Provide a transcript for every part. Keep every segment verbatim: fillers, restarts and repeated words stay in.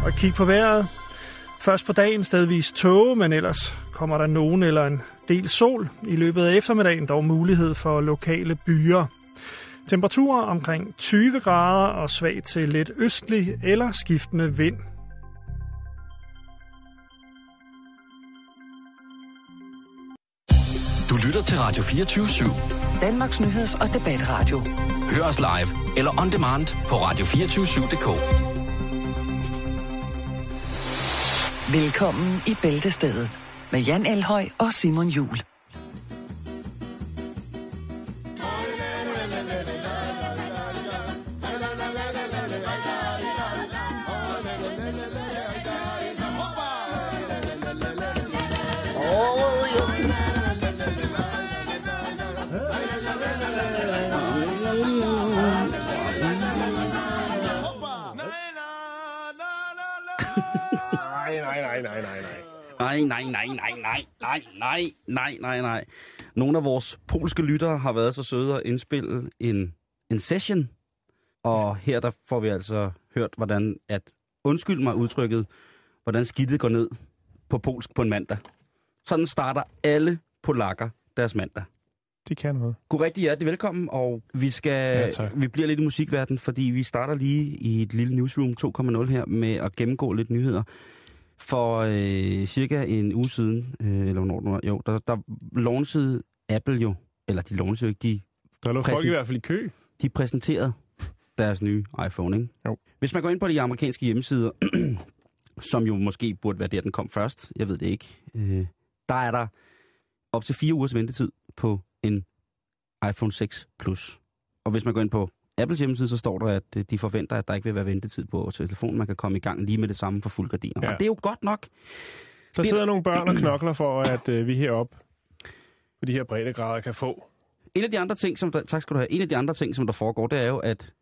Og et kig på vejret. Først på dagen stedvis tåge, men ellers kommer der nogen eller en del sol. I løbet af eftermiddagen dog mulighed for lokale byer. Temperaturer omkring tyve grader og svag til lidt østlig eller skiftende vind. Du lytter til Radio fireogtyve syv. Danmarks nyheds- og debatradio. Hør os live eller on demand på radio to fire syv punktum d k. Velkommen i Bæltestedet med Jan Elhøj og Simon Juhl. Nej, nej, nej, nej, nej, nej. Nej, nej, nej, nej, nej, nej, nej, nej, nej, nej. Nogle af vores polske lyttere har været så søde at indspille en, en session, og her der får vi altså hørt, hvordan at, undskyld mig udtrykket, hvordan skidtet går ned på polsk på en mandag. Sådan starter alle polakker deres mandag. De kan noget. God rigtig hjertelig velkommen, og vi skal Ja, vi bliver lidt i musikverdenen, fordi vi starter lige i et lille newsroom to punkt nul her med at gennemgå lidt nyheder. For øh, cirka en uge siden, øh, eller hvornår det var, jo, der, der launchede Apple jo, eller de launchede jo ikke, de... Der lå folk i hvert fald i kø. De præsenterede deres nye iPhone, ikke? Jo. Hvis man går ind på de amerikanske hjemmesider, som jo måske burde være der, den kom først, jeg ved det ikke, øh, der er der op til fire ugers ventetid på en iPhone seks Plus. Og hvis man går ind på Apples hjemmeside, så står der, at de forventer, at der ikke vil være ventetid på telefonen. Man kan komme i gang lige med det samme for fuld gardiner. Ja. Og det er jo godt nok. Der det sidder nogle børn og knokler for, at øh, vi heroppe på de her breddegrader kan få. En af de andre ting, som der, tak skal du have. En af de andre ting, som der foregår, det er jo, at,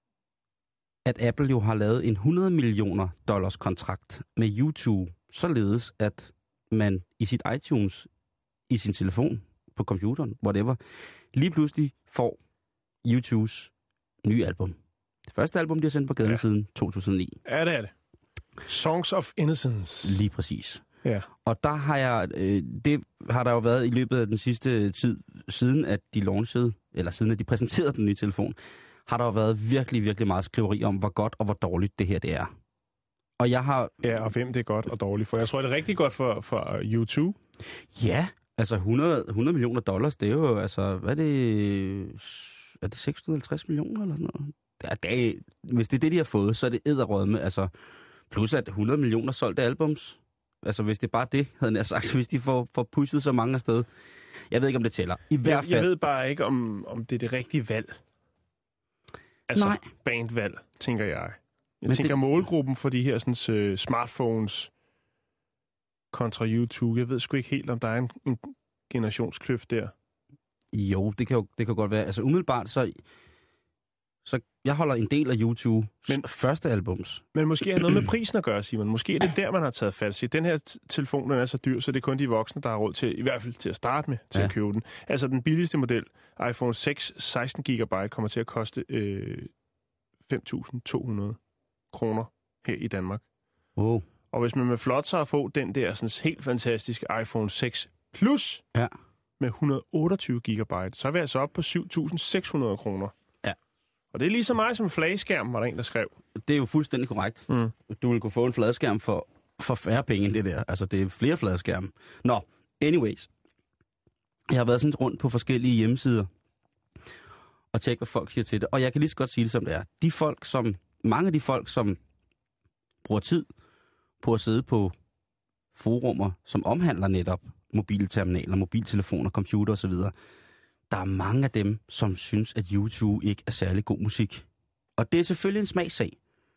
at Apple jo har lavet en hundrede millioner dollars kontrakt med YouTube, således at man i sit iTunes, i sin telefon, på computeren, whatever, lige pludselig får YouTubes nye album. Det første album, de har sendt på gaden ja. siden to tusind og ni. Ja, det er det. Songs of Innocence. Lige præcis. Ja. Og der har jeg, øh, det har der jo været i løbet af den sidste tid, siden at de launchede, eller siden at de præsenterede den nye telefon, har der jo været virkelig, virkelig meget skriveri om, hvor godt og hvor dårligt det her det er. Og jeg har... Ja, og hvem det er godt og dårligt for. Jeg tror, det er rigtig godt for, for YouTube. Ja, altså hundrede, hundrede millioner dollars, det er jo, altså, hvad er det... Er det seks hundrede og halvtreds millioner eller sådan noget? Ja, det er, hvis det er det, de har fået, så er det edderrødme. Altså, plus at hundrede millioner solgte albums. Altså, hvis det er bare det, havde jeg sagt, hvis de får, får pushet så mange afsted. Jeg ved ikke, om det tæller. I hvert fald... Jeg ved bare ikke, om, om det er det rigtige valg. Altså, Nej. bandvalg, tænker jeg. Jeg Men tænker det... målgruppen for de her sådan, uh, smartphones kontra YouTube. Jeg ved sgu ikke helt, om der er en, en generationskløft der. Jo, det kan jo det kan godt være. Altså umiddelbart, så, så jeg holder en del af YouTube men, første albums. Men måske har noget med prisen at gøre, Simon. Måske er det der, man har taget fat. Så den her t- telefon, den er så dyr, så det er kun de voksne, der har råd til, i hvert fald til at starte med, til ja. at købe den. Altså den billigste model, iPhone seks, seksten gigabyte, kommer til at koste øh, fem tusind to hundrede kroner her i Danmark. Wow. Og hvis man vil flotte sig at få den der sådan helt fantastiske iPhone seks Plus, ja. med et hundrede og otteogtyve gigabyte, så er vi altså oppe på syv tusind seks hundrede kroner. Ja. Og det er lige så meget som en flagskærm, var der en, der skrev. Det er jo fuldstændig korrekt. Mm. Du vil kunne få en fladskærm for, for færre penge end det der. Altså, det er flere fladskærme. Nå, anyways. Jeg har været sådan rundt på forskellige hjemmesider og tjekket, hvad folk siger til det. Og jeg kan lige så godt sige det, som det er. De folk, som, mange af de folk, som bruger tid på at sidde på forumer, som omhandler netop mobilterminaler, mobiltelefoner, computer osv., der er mange af dem, som synes, at YouTube ikke er særlig god musik. Og det er selvfølgelig en smagssag.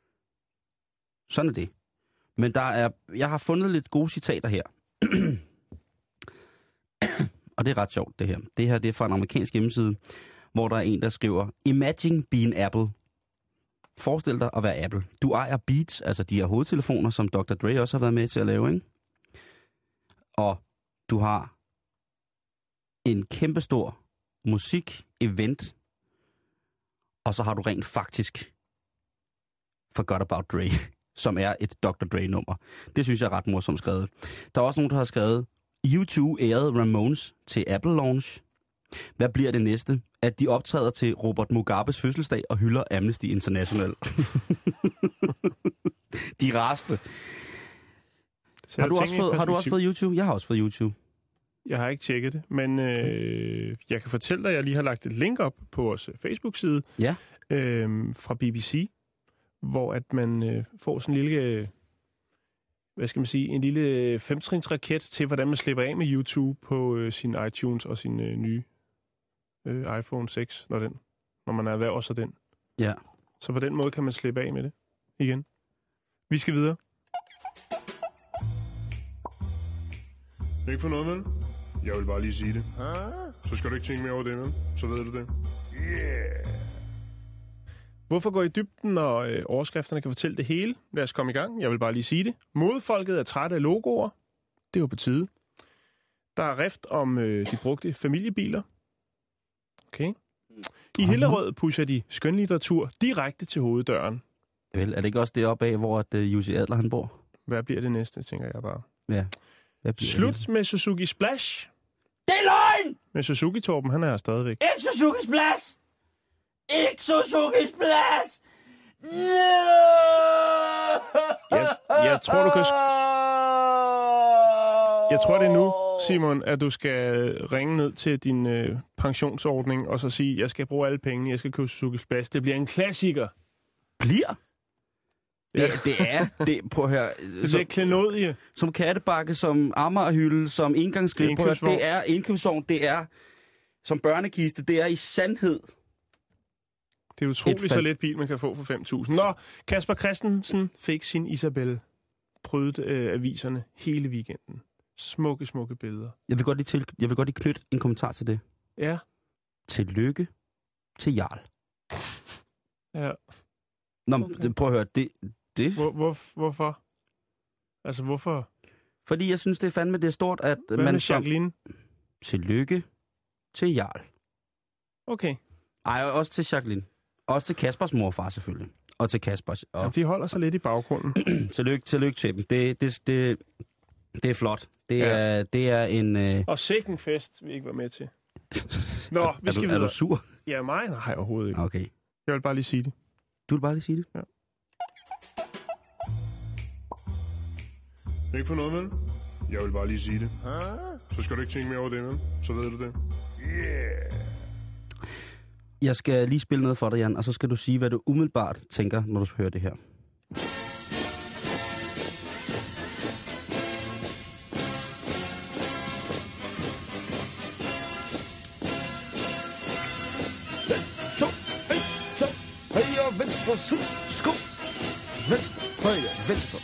Sådan er det. Men der er, jeg har fundet lidt gode citater her. Og det er ret sjovt, det her. Det her det er fra en amerikansk hjemmeside, hvor der er en, der skriver, Imagine being Apple. Forestil dig at være Apple. Du ejer Beats, altså de her hovedtelefoner, som doktor Dre også har været med til at lave, ikke? Og du har en kæmpestor musik-event, og så har du rent faktisk forgot about Dre. som er et doktor Dre-nummer. Det synes jeg er ret morsomt skrevet. Der er også nogen, der har skrevet, U to ærede Ramones til Apple Launch. Hvad bliver det næste? At de optræder til Robert Mugabes fødselsdag og hylder Amnesty International. De raste. Har du, også fået, har du også fået YouTube? Jeg har også fået YouTube. Jeg har ikke tjekket det, men øh, jeg kan fortælle dig, at jeg lige har lagt et link op på vores Facebook-side ja. øh, fra B B C, hvor at man øh, får sådan en lille, øh, hvad skal man sige, en lille femtrins raket til, hvordan man slipper af med YouTube på øh, sin iTunes og sin øh, nye øh, iPhone seks, når, den, når man erhverver sig den. Ja. Så på den måde kan man slippe af med det igen. Vi skal videre. Ikke for noget, vel? Jeg vil bare lige sige det. Så skal du ikke tænke mere over det, vel? Så ved du det. Yeah! Hvorfor gå i dybden, når øh, overskrifterne kan fortælle det hele? Lad os komme i gang. Jeg vil bare lige sige det. Modefolket er træt af logoer. Det er jo på tide. Der er rift om øh, de brugte familiebiler. Okay. I Hillerød pusher de skønlitteratur direkte til hoveddøren. Vel, er det ikke også deroppe af, hvor at, uh, Jussi Adler han bor? Hvad bliver det næste, tænker jeg bare. Ja. Slut det? Med Suzuki Splash. Det er løgn! Men Suzuki Torben, han er her stadigvæk. Ikke Suzuki Splash! Ikke Suzuki Splash! No! Jeg, jeg tror, du kan... Jeg tror, det er nu, Simon, at du skal ringe ned til din øh, pensionsordning og så sige, jeg skal bruge alle pengene, jeg skal købe Suzuki Splash. Det bliver en klassiker. Bliver? Det, det er, det, prøv at høre. Det er klenodie. Som kattebakke, som Amagerhylde, som indgangsskridt, prøv at høre, det er indkøbsvogn, det er som børnekiste, det er i sandhed. Det er utroligt så let bil, man kan få for fem tusind. Nå, Kasper Christensen fik sin Isabel prøvet øh, aviserne hele weekenden. Smukke, smukke billeder. Jeg vil godt lige, til, jeg vil godt lige knytte en kommentar til det. Ja. Tillykke til Jarl. Ja. Nå, okay. Prøv at høre, det... det... Hvor, hvor, hvorfor? Altså, hvorfor? Fordi jeg synes, det er fandme, det er stort, at Hvad man... med Jacqueline? Tillykke til Jarl. Okay. Ej, også til Jacqueline. Også til Kaspers morfar, selvfølgelig. Og til Kaspers. Og... Jamen, de holder sig lidt i baggrunden. tillykke, tillykke til dem. Det, det, det, det er flot. Det, ja. er, det er en... Øh... Og sikken fest, vi ikke var med til. Nå, vi skal er, du, videre. er du sur? Ja, mig? Nej, overhovedet ikke. Okay. Jeg vil bare lige sige det. Du vil bare lige sige det? Ja. Ikke for noget, vel? Jeg vil bare lige sige det. Så skal du ikke tænke mere over det, vel? Så ved du det. Yeah! Jeg skal lige spille noget for dig, Jan, og så skal du sige, hvad du umiddelbart tænker, når du hører det her. Højre, venstre, sud, skub. Venstre, højre, venstre.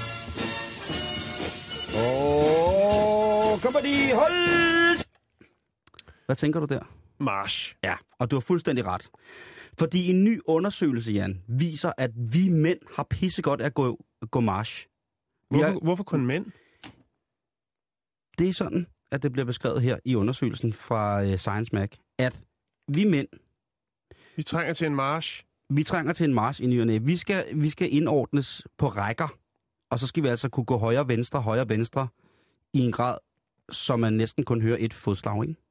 Åh, kom på de, hold! Hvad tænker du der? March. Ja, og du har fuldstændig ret. Fordi en ny undersøgelse, Jan, viser, at vi mænd har pissegodt af at gå, gå march. Hvorfor, har... hvorfor kun mænd? Det er sådan, at det bliver beskrevet her i undersøgelsen fra uh, Science Mag, at vi mænd... Vi trænger til en march. Vi trænger til en march i ny og næ. Vi skal, vi skal indordnes på rækker, og så skal vi altså kunne gå højre-venstre, højre-venstre i en grad, så man næsten kun hører et fodslag, ikke?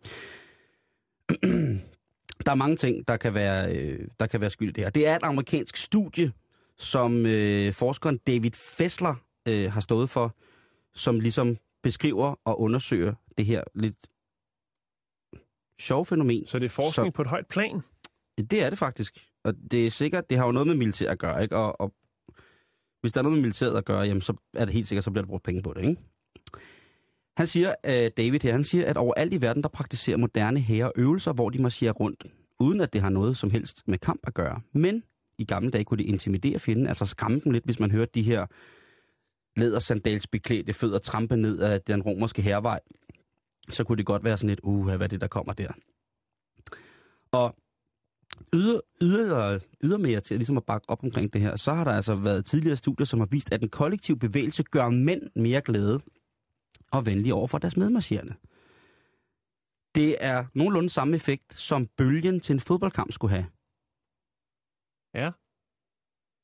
Der er mange ting, der kan være, øh, der kan være skyld i det her. Det er et amerikansk studie, som øh, forskeren David Fessler øh, har stået for, som ligesom beskriver og undersøger det her lidt sjove fænomen. Så det er forskning så, på et højt plan? Det er det faktisk. Og det er sikkert, det har jo noget med militær at gøre, ikke? Og, og hvis der er noget med militæret at gøre, jamen, så er det helt sikkert, så bliver der brugt penge på det, ikke? Han siger, uh, David her, han siger, at overalt i verden, der praktiserer moderne hære øvelser, hvor de marcherer rundt, uden at det har noget som helst med kamp at gøre. Men i gamle dage kunne de intimidere fjenden, altså skræmme dem lidt, hvis man hørte de her lædersandalsbeklædte fødder trampe ned af den romerske hærvej. Så kunne det godt være sådan lidt, uh, hvad er det, der kommer der? Og yder, yder, ydermere til ligesom at bakke op omkring det her, så har der altså været tidligere studier, som har vist, at en kollektiv bevægelse gør mænd mere glade og venlige over for deres medmarcherende. Det er nogenlunde samme effekt, som bølgen til en fodboldkamp skulle have. Ja.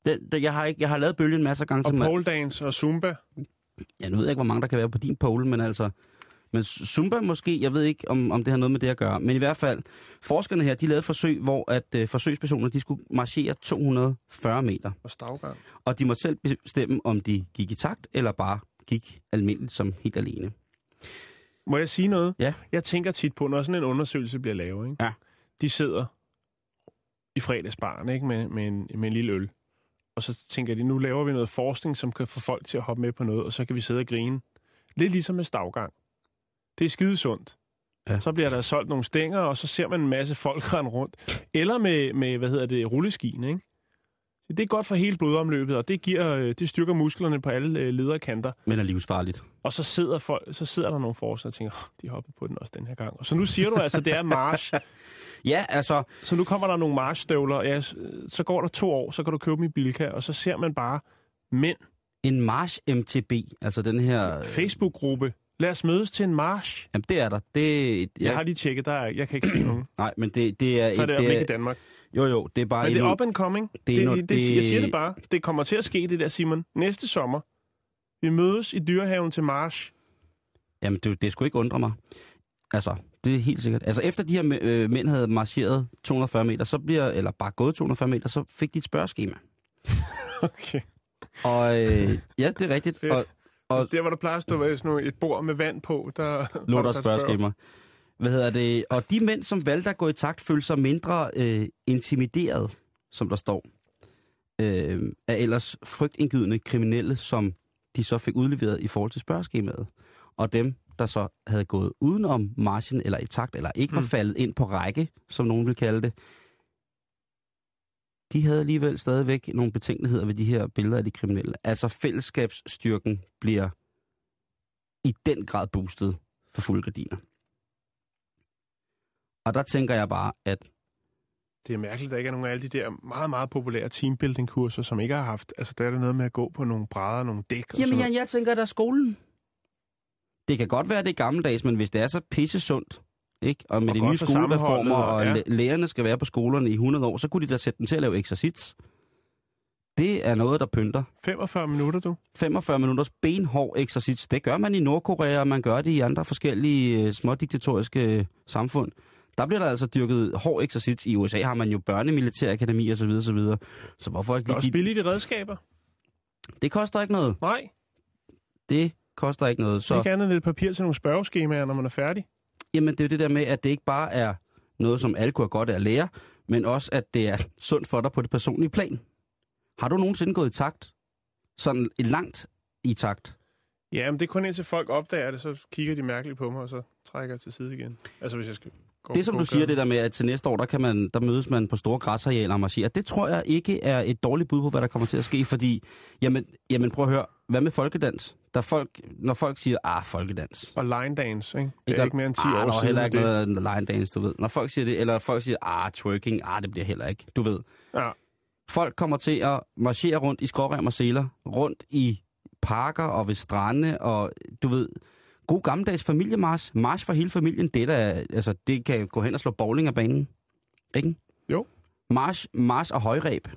Den, den, jeg, har ikke, jeg har lavet bølgen masser af gange. Og som pole dance og zumba. Jeg ved ikke, hvor mange der kan være på din pole, men altså... Men Zumba måske, jeg ved ikke, om, om det har noget med det at gøre. Men i hvert fald, forskerne her, de lavede et forsøg, hvor at øh, forsøgspersoner, de skulle marchere to hundrede og fyrre meter. Og stavgang. Og de måtte selv bestemme, om de gik i takt, eller bare gik almindeligt som helt alene. Må jeg sige noget? Ja. Jeg tænker tit på, når sådan en undersøgelse bliver lavet, ikke? Ja. De sidder i fredagsbaren, ikke? Med, med, en, med en lille øl. Og så tænker de, nu laver vi noget forskning, som kan få folk til at hoppe med på noget, og så kan vi sidde og grine. Lidt ligesom med stavgang. Det er skidesundt. Ja. Så bliver der solgt nogle stænger, og så ser man en masse folk rende rundt. Eller med, med hvad hedder det, rulleskien, ikke? Det er godt for hele blodomløbet, og det, giver, det styrker musklerne på alle lederkanter. Men er livsfarligt. Og så sidder, folk, så sidder der nogle forskere og tænker, oh, de hopper på den også den her gang. Og så nu siger du altså, det er march. Ja, altså... Så nu kommer der nogle marchstøvler, ja, så går der to år, så kan du købe dem i Bilka, og så ser man bare mænd. En march M T B, altså den her... Facebook-gruppe. Lad os mødes til en march. Jamen, det er der. Det, jeg... jeg har lige tjekket, der er, jeg kan ikke se nogen. Nej, men det, det er... Så er det, det er, ikke i Danmark. Jo, jo, det er bare... Men det er endnu... up and coming. Det, det, det, endnu... det, det, jeg siger det bare. Det kommer til at ske, det der, Simon. Næste sommer. Vi mødes i Dyrehaven til march. Jamen, det, det skulle ikke undre mig. Altså, det er helt sikkert. Altså, efter de her øh, mænd havde marcheret to hundrede og fyrre meter, så bliver... Eller bare gået to hundrede og fyrre meter, så fik de et spørgeskema. Okay. Og øh, ja, det er rigtigt. Fedt. Og, og altså, der, hvor der plejer at stå sådan noget, et bord med vand på, der... Lå der spørgeskema. Hvad hedder det? Og de mænd, som valgte at gå i takt, følte sig mindre øh, intimideret, som der står, øh, af ellers frygtindgydende kriminelle, som de så fik udleveret i forhold til spørgeskemaet. Og dem, der så havde gået udenom marchen eller i takt, eller ikke var mm. faldet ind på række, som nogen vil kalde det, de havde alligevel stadigvæk nogle betænkeligheder ved de her billeder af de kriminelle. Altså fællesskabsstyrken bliver i den grad boostet for fulde gardiner. Og der tænker jeg bare, at... Det er mærkeligt, at der ikke er nogen af alle de der meget, meget populære teambuilding-kurser, som ikke har haft... Altså, der er det noget med at gå på nogle brædder, nogle dæk og Jamen, sådan jeg, jeg tænker, at der er skolen. Det kan godt være, det er gammeldags, men hvis det er så pisse sundt, ikke? Og med og de nye skolereformer, og ja. lærerne skal være på skolerne i hundrede år, så kunne de da sætte dem til at lave eksercits. Det er noget, der pynter. femogfyrre minutter, du? femogfyrre minutters benhård eksercits. Det gør man i Nordkorea, og man gør det i andre forskellige smådiktatoriske samfund. Der bliver der altså dyrket hård eksercits. I U S A har man jo børnemilitærakademi og så videre, så videre. Så hvorfor ikke... Det er også billige de redskaber. Det koster ikke noget. Nej. Det koster ikke noget. Så... Det er ikke andet lidt papir til nogle spørgeskemaer, når man er færdig. Jamen, det er jo det der med, at det ikke bare er noget, som alle kunne have godt af at lære, men også, at det er sundt for dig på det personlige plan. Har du nogensinde gået i takt? Sådan langt i takt? Ja, men det er kun indtil folk opdager det, så kigger de mærkeligt på mig, og så trækker jeg til side igen. Altså, hvis jeg skal... Det som du siger, det der med, at til næste år, der, kan man, der mødes man på store græsarealer og marcherer, det tror jeg ikke er et dårligt bud på, hvad der kommer til at ske, fordi, jamen, jamen prøv at høre, hvad med folkedans? Der folk, når folk siger, ah, folkedans. Og line dance, ikke? Det er ikke, ikke mere end ti ah, år siden. siden. Heller ikke noget line dance, du ved. Når folk siger det, eller folk siger, ah, twerking, ah, det bliver heller ikke, du ved. Ja. Folk kommer til at marchere rundt i skrårem og seler, rundt i parker og ved strande, og du ved... God gammeldags familiemarch. March for hele familien. Det, der, altså, det kan gå hen og slå bowling af banen. Ikke? Jo. March, march og højreb.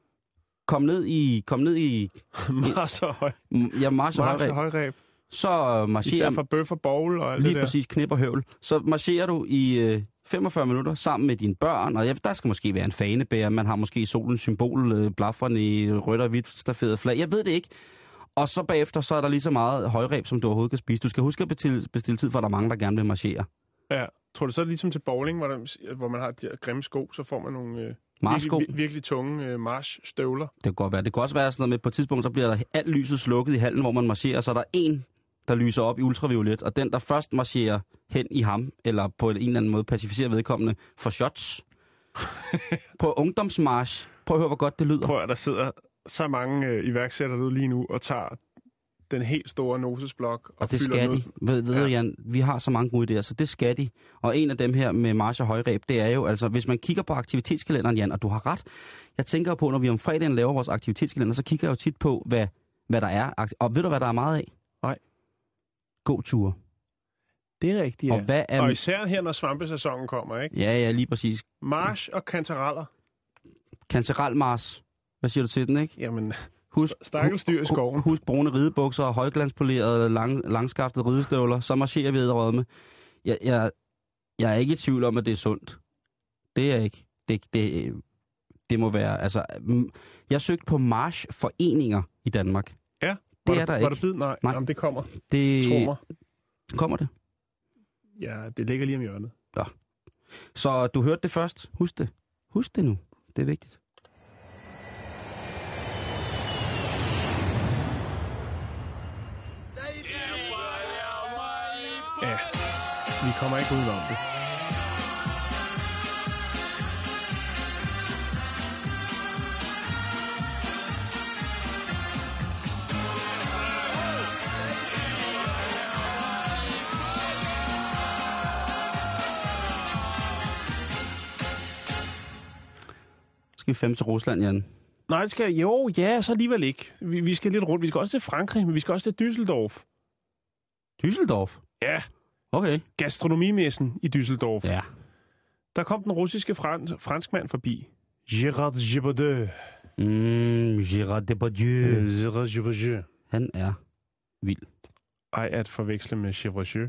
Kom ned i... Kom ned i... march og høj. Ja, march og højreb. højreb. Så marcherer... I stedet for bøf og bowl og alt lige det der. præcis, knip og høvl. Så marcherer du i øh, femogfyrre minutter sammen med dine børn, og ja, der skal måske være en fanebærer. Man har måske solens symbol, øh, blafferne i rødt og hvidt staferet flag. Jeg ved det ikke. Og så bagefter, så er der lige så meget højreb, som du overhovedet kan spise. Du skal huske at bestille, bestille tid, for der er mange, der gerne vil marchere. Ja. Tror du så er det ligesom til bowling, hvor, der, hvor man har de her grimme sko, så får man nogle øh, virkelig, virkelig tunge øh, marchstøvler? Det kan godt være. Det kan også være sådan noget med, på et tidspunkt, så bliver der alt lyset slukket i hallen, hvor man marcherer, så er der en, der lyser op i ultraviolet, og den, der først marcherer hen i ham, eller på en eller anden måde pacificerer vedkommende, for shots. På ungdomsmarch. Prøv at høre, hvor godt det lyder. Prøv at der sidder så mange øh, iværksættere lige nu og tager den helt store nosesblok og, og det fylder skal noget. de. Ved, ved ja. Jan, vi har så mange gode idéer, så det skal de. Og en af dem her med march og højreb, det er jo, altså hvis man kigger på aktivitetskalenderen, Jan, og du har ret. Jeg tænker på, når vi om fredagen laver vores aktivitetskalender, så kigger jeg jo tit på, hvad, hvad der er. Og ved du, hvad der er meget af? Nej. Gåture. Det er rigtigt, ja. Og, hvad er... og især her, når svampesæsonen kommer, ikke? Ja, ja, lige præcis. March og kantareller. Kantarelmarch. Hvad siger du til den, ikke? Jamen, Husk, stakkels dyr i skoven. Husk brune ridebukser og højglanspolerede, lang, langskaftede ridestøvler. Så marcherer vi edderrødme. Jeg, jeg, jeg er ikke i tvivl om, at det er sundt. Det er jeg ikke. Det, det, det må være... Altså, jeg søgte på marchforeninger i Danmark. Ja, det var er der, der ikke. Var der bid? Nej, Nej. Jamen, det kommer. Det Tro mig. Kommer det? Ja, det ligger lige om hjørnet. Ja. Så du hørte det først. Husk det. Husk det nu. Det er vigtigt. Ja, vi kommer ikke ud om det. Skal vi fem til Rusland, Jan? Nej, det skal jo, ja, så alligevel ikke. Vi, vi skal lidt rundt. Vi skal også til Frankrig, men vi skal også til Düsseldorf. Düsseldorf? Ja. Okay. Gastronomimessen i Düsseldorf. Ja. Der kom den russiske frans- franskmand forbi. Gérard Depardieu. Mm, Gérard Depardieu. Gérard Depardieu. Han er vild. Ej, at forveksle med Chevrolet.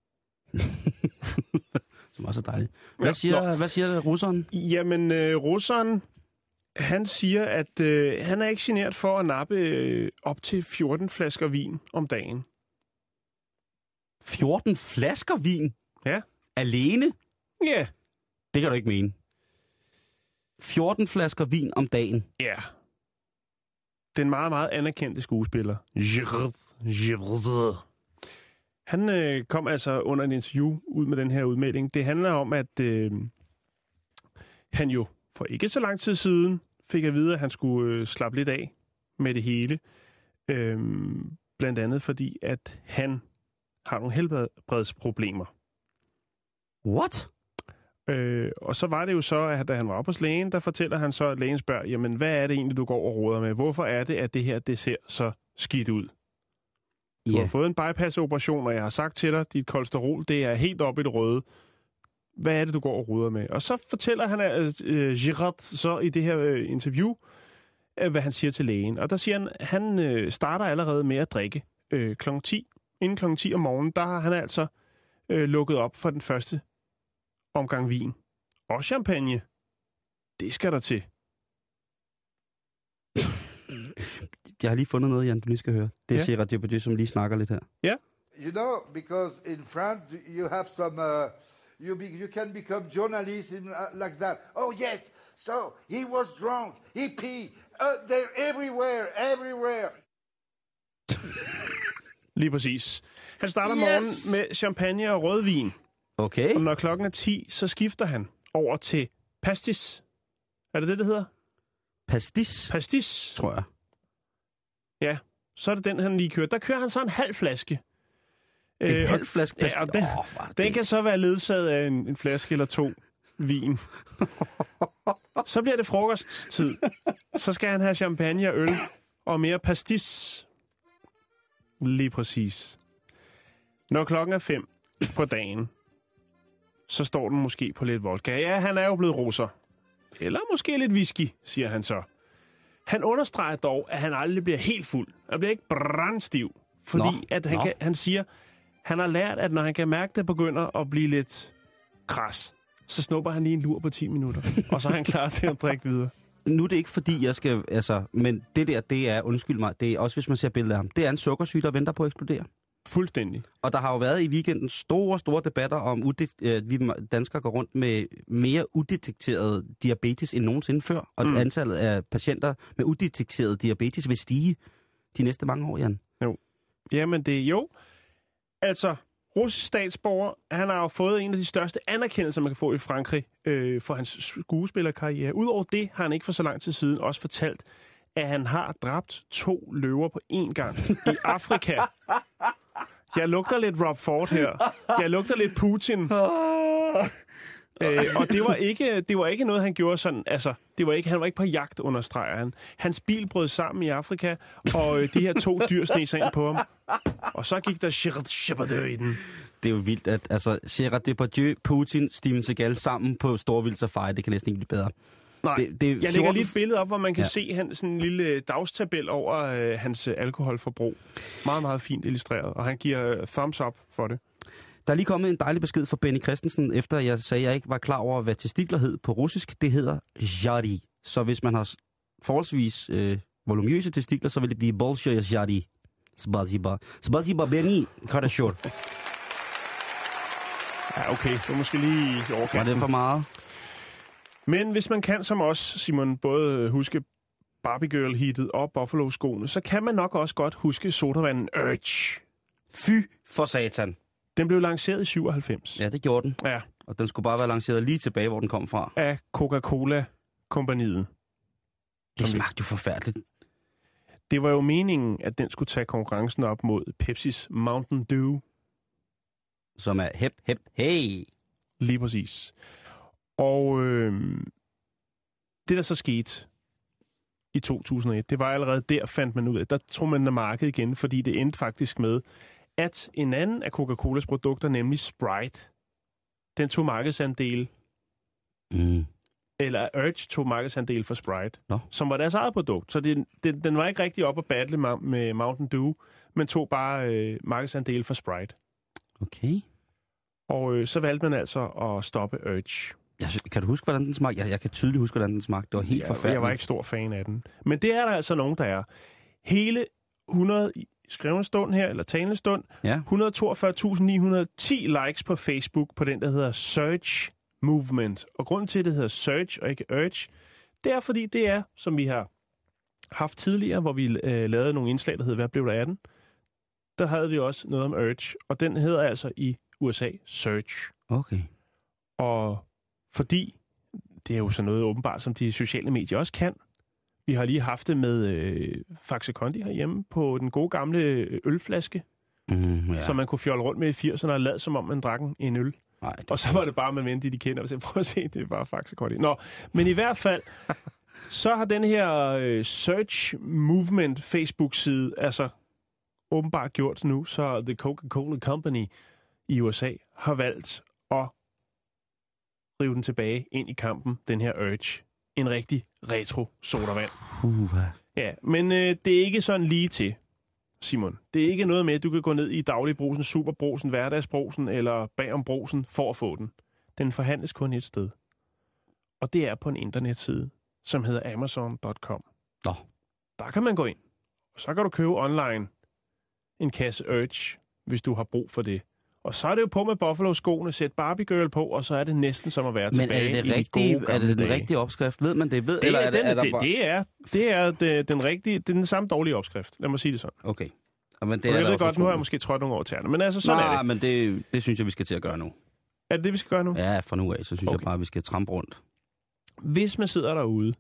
Som også er dejligt. Hvad Ja, siger, hvad siger russeren? Jamen, øh, russeren, han siger, at øh, han er ikke genert for at nappe øh, op til fjorten flasker vin om dagen. fjorten flasker vin? Ja. Alene? Ja. Det kan du ikke mene. fjorten flasker vin om dagen? Ja. Den meget, meget anerkendte skuespiller. Gérard Depardieu. Han øh, kom altså under en interview ud med den her udmelding. Det handler om, at øh, han jo for ikke så lang tid siden fik at vide, at han skulle øh, slappe lidt af med det hele. Øh, blandt andet fordi, at han har nogle helbredsproblemer. What? Øh, og så var det jo så, at da han var oppe hos lægen, der fortæller han så, at lægen spørger, jamen hvad er det egentlig, du går og roder med? Hvorfor er det, at det her, det ser så skidt ud? Du Ja. har fået en bypass-operation, og jeg har sagt til dig, at dit kolesterol, det er helt oppe i det røde. Hvad er det, du går og roder med? Og så fortæller han, at øh, Gérard så i det her øh, interview, øh, hvad han siger til lægen. Og der siger han, at han øh, starter allerede med at drikke øh, klokken ti. Inden klokken ti om morgenen, der har han altså øh, lukket op for den første omgang vin. Og champagne. Det skal der til. Jeg har lige fundet noget, Jan, du lige skal høre. Det er Ja. Gérard Depardieu, som lige snakker lidt her. Ja. You know, because in France you have some, uh, you be, you can become journalist in, uh, like that. Oh yes, so he was drunk, he pee, uh, they're everywhere, everywhere. Lige præcis. Han starter Yes! morgenen med champagne og rødvin. Okay. Og når klokken er ti, så skifter han over til pastis. Er det det, det hedder? Pastis, Pastis. tror jeg. Ja, så er det den, han lige kører. Der kører han så en halv flaske. En Øh, halv og- flaske pastis? Ja, og den, Åh, hvor er den det- kan så være ledsaget af en, en flaske eller to vin. Så bliver det frokosttid. Så skal han have champagne og øl og mere pastis. Lige præcis. Når klokken er fem på dagen, så står den måske på lidt vodka. Ja, han er jo blevet russer. Eller måske lidt whisky, siger han så. Han understreger dog, at han aldrig bliver helt fuld. Han bliver ikke brandstiv. Fordi Nå, at han, nå. kan, han siger, han har lært, at når han kan mærke, at det begynder at blive lidt kras, så snupper han lige en lur på ti minutter. Og så er han klar til at drikke videre. Nu er det ikke fordi, jeg skal... Altså, men det der, det er, undskyld mig, det er også, hvis man ser billeder af ham, det er en sukkersyge, der venter på at eksplodere. Fuldstændig. Og der har jo været i weekenden store, store debatter om, ude- at vi danskere går rundt med mere udetekteret diabetes end nogensinde før. Og mm. antallet af patienter med udetekteret diabetes vil stige de næste mange år, Jan. Jamen det er jo... Altså, russisk statsborger, han har jo fået en af de største anerkendelser, man kan få i Frankrig øh, for hans skuespillerkarriere. Udover det har han ikke for så lang tid siden også fortalt, at han har dræbt to løver på én gang i Afrika. Jeg lugter lidt Rob Ford her. Jeg lugter lidt Putin. Øh, og det var ikke det var ikke noget han gjorde sådan, altså det var ikke han var ikke på jagt, understreger han. Hans bil brød sammen i Afrika, og øh, de her to dyr sneg sig ind på ham. Og så gik der Gérard Depardieu i den. Det er jo vildt, at altså, Gérard Depardieu, Putin, Steven Seagal sammen på Storvildts Safari, det kan næsten ikke blive bedre. Nej, det, det er jeg lægger fjorten... lige et billede op, hvor man kan ja. se hans sådan en lille dagstabel over øh, hans øh, alkoholforbrug. Meget, meget fint illustreret, og han giver øh, thumbs up for det. Der er lige kommet en dejlig besked fra Benny Christensen, efter jeg sagde, at jeg ikke var klar over, hvad testikler hed på russisk. Det hedder jari. Så hvis man har forholdsvis øh, volumøse testikler, så vil det blive bolshoi jari. Spasiba. Spasiba, Benny. Хорошо. Ja, okay. Det var måske lige i overkanten. Var det for meget? Men hvis man kan som os, Simon, både huske Barbie Girl-hittet og Buffalo-skoene, så kan man nok også godt huske sodavanden Urge. Fy for satan. Den blev lanceret i syvoghalvfems. Ja, det gjorde den. Ja. Og den skulle bare være lanceret lige tilbage, hvor den kom fra. Af Coca-Cola-kompaniet. Det smagte jo forfærdeligt. Det var jo meningen, at den skulle tage konkurrencen op mod Pepsis Mountain Dew. Som er hep, hep, hey. Lige præcis. Og øh, det, der så skete i to tusind og et, det var allerede der, fandt man ud af. Der tog man af markedet igen, fordi det endte faktisk med, at en anden af Coca-Colas produkter, nemlig Sprite, den tog markedsandel, mm. eller Urge tog markedsandel for Sprite, Nå. som var deres eget produkt. Så det, det, den var ikke rigtig op at battle med Mountain Dew, men tog bare øh, markedsandel for Sprite. Okay. Og øh, så valgte man altså at stoppe Urge. Jeg, kan du huske, hvordan den smagte? Jeg, jeg kan tydeligt huske, hvordan den smagte. Det var helt ja, forfærdeligt. Jeg var ikke stor fan af den. Men det er der altså nogen, der er. Hele hundrede skrevne stund her, eller talende stund, ja. et hundrede og toogfyrre tusind ni hundrede og ti likes på Facebook på den, der hedder Surge Movement. Og grunden til, at det hedder Surge og ikke Urge, det er, fordi det er, som vi har haft tidligere, hvor vi øh, lavede nogle indslag, der hedder Hvad blev der af den? Der havde vi også noget om Urge, og den hedder altså i U S A Surge. Okay. Og fordi, det er jo sådan noget åbenbart, som de sociale medier også kan. Vi har lige haft det med øh, Faxe Kondi herhjemme på den gode gamle ølflaske, mm, ja. som man kunne fjolle rundt med i firserne og lade som om man drak en øl. Nej, og så var det bare, man vendte de kender og sagde, prøv at se, det er bare Faxe Kondi. Nå, men i hvert fald, så har den her øh, Search Movement Facebook-side altså åbenbart gjort nu, så The Coca-Cola Company i U S A har valgt at rive den tilbage ind i kampen, den her Urge. En rigtig retro sodavand. Uh. Ja, men øh, det er ikke sådan lige til, Simon. Det er ikke noget med, at du kan gå ned i dagligbrusen, superbrusen, hverdagsbrusen eller bagom-brusen for at få den. Den forhandles kun et sted. Og det er på en internetside, som hedder amazon punktum com. Nå. Der kan man gå ind. Og så kan du købe online en kasse Urge, hvis du har brug for det. Og så er det jo på med Buffalo-skoene, sæt Barbie Girl på, og så er det næsten som at være Men tilbage er det i de rigtige, gode er det den dage. rigtige opskrift? Ved man det? Ved, Det, eller er, er, det, den, er der det, bare... det er, det er det, den rigtige, det er den samme dårlige opskrift. Lad mig sige det sådan. Okay. Men det og er jeg ved godt, også nu har jeg måske trådt nogle år tæerne, men altså sådan Nej, er det. men det, det synes jeg, vi skal til at gøre nu. Er det det, vi skal gøre nu? Ja, fra nu af, så synes okay. jeg bare, at vi skal trampe rundt. Hvis man sidder derude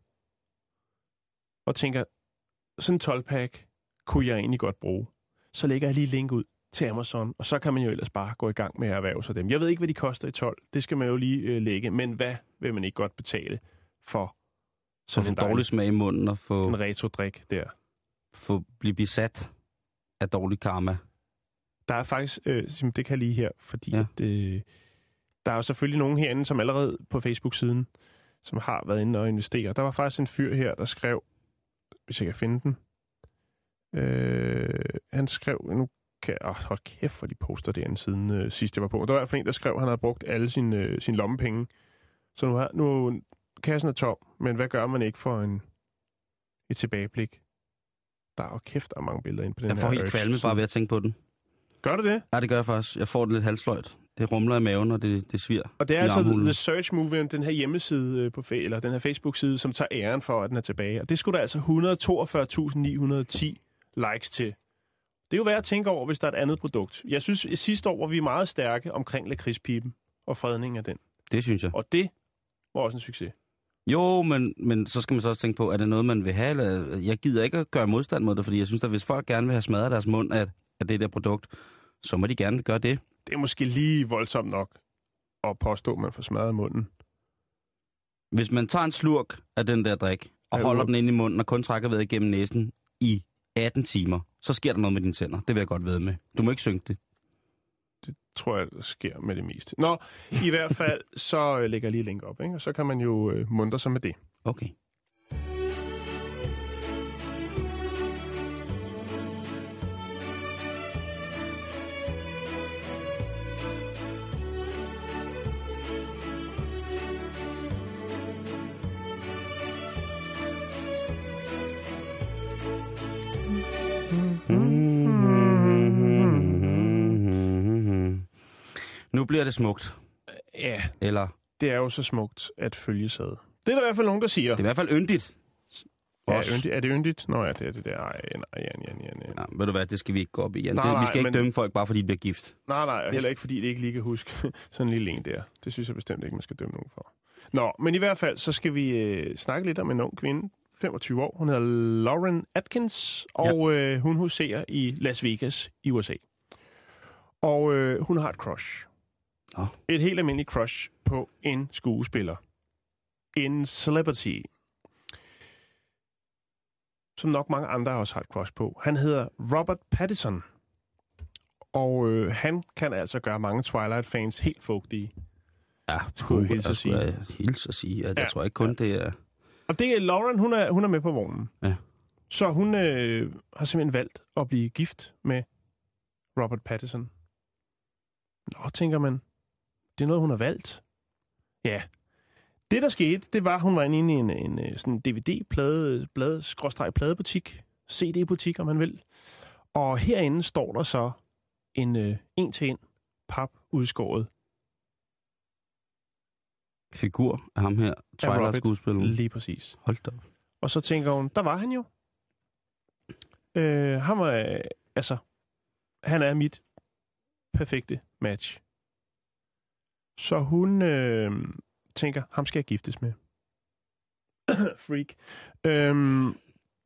og tænker, sådan en tolv-pack kunne jeg egentlig godt bruge, så lægger jeg lige link ud til Amazon, og så kan man jo ellers bare gå i gang med at erhverve sig dem. Jeg ved ikke, hvad de koster i tolv. Det skal man jo lige øh, lægge. Men hvad vil man ikke godt betale for sådan en dårlig smag i munden og få... En retro-drik der. Få blive besat af dårlig karma. Der er faktisk... Øh, det kan jeg lige her, fordi ja. at, øh, der er jo selvfølgelig nogen herinde, som allerede på Facebook-siden, som har været inde og investere. Der var faktisk en fyr her, der skrev, hvis jeg kan finde den, øh, han skrev... Nu Kan, åh, hold kæft, hvor de poster derinde siden øh, sidst jeg var på. Der var i hvert fald en, der skrev, at han havde brugt alle sine, øh, sine lommepenge. Så nu har nu kassen er tom, men hvad gør man ikke for en, et tilbageblik? Der er jo kæft, der er mange billeder inde på den jeg her. Jeg får helt kvalme bare ved at tænke på den. Gør du det? Ja, det gør jeg faktisk. Jeg får det lidt halsløjt. Det rumler i maven, og det, det svir. Og det er altså The, The Search Movement, den her hjemmeside på eller den her Facebook-side, som tager æren for, at den er tilbage. Og det skulle der altså et hundrede og toogfyrre tusind ni hundrede og ti likes til. Det er jo værd at tænke over, hvis der er et andet produkt. Jeg synes, at sidste år var vi meget stærke omkring lakridspiben og fredningen af den. Det synes jeg. Og det var også en succes. Jo, men, men så skal man så også tænke på, er det noget, man vil have? Eller jeg gider ikke at gøre modstand mod det, fordi jeg synes, at hvis folk gerne vil have smadret deres mund af, af det der produkt, så må de gerne gøre det. Det er måske lige voldsomt nok at påstå, at man får smadret munden. Hvis man tager en slurk af den der drik, og ja, holder den ind i munden, og kun trækker vejret igennem næsen i atten timer, så sker der noget med dine tænder. Det vil jeg godt ved med. Du må ikke synke det. Det tror jeg, der sker med det meste. Nå, i hvert fald, så lægger jeg lige link op, ikke? Og så kan man jo øh, muntre sig med det. Okay. Nu bliver det smukt. Ja, Eller, det er jo så smukt at følge sad. Det er der i hvert fald nogen, der siger. det er i hvert fald yndigt. Ja, Også. yndigt. Er det yndigt? Nå ja, det er det der. Ej, nej, ja, ja, ja, ja. Ja, ved du hvad, det skal vi ikke gå op i, Jan. Nej, Det, vi nej, skal ikke men- dømme folk, bare fordi de bliver gift. Nej, nej, og heller ikke, fordi det ikke lige kan huske sådan en lille en der. Det synes jeg bestemt ikke, man skal dømme nogen for. Nå, men i hvert fald, så skal vi øh, snakke lidt om en ung kvinde, femogtyve år. Hun hedder Lauren Atkins, og øh, hun huserer i Las Vegas i U S A. Og øh, hun har et crush. Nå. Et helt almindeligt crush på en skuespiller. En celebrity. Som nok mange andre også har et crush på. Han hedder Robert Pattinson. Og øh, han kan altså gøre mange Twilight-fans helt fugtige. Ja, Skulle jeg hilse at sige. Jeg hilse at sige, at Ja. jeg tror ikke kun, ja. det er... Og det er Lauren, hun er, hun er med på vognen. Ja. Så hun øh, har simpelthen valgt at blive gift med Robert Pattinson. Nå, tænker man. Det er noget, hun har valgt. Ja. Det, der skete, det var, at hun var inde i en, en, en sådan D V D-plade, plade, skråstreg pladebutik, C D-butik, om man vil. Og herinde står der så en øh, en-til-en pap udskåret Figur af ham her, Twilight-skuespilleren. lige præcis. Hold da op. Og så tænker hun, der var han jo. Øh, han var, øh, altså, han er mit perfekte match. Så hun øh, tænker, ham skal jeg giftes med. Freak. Øhm,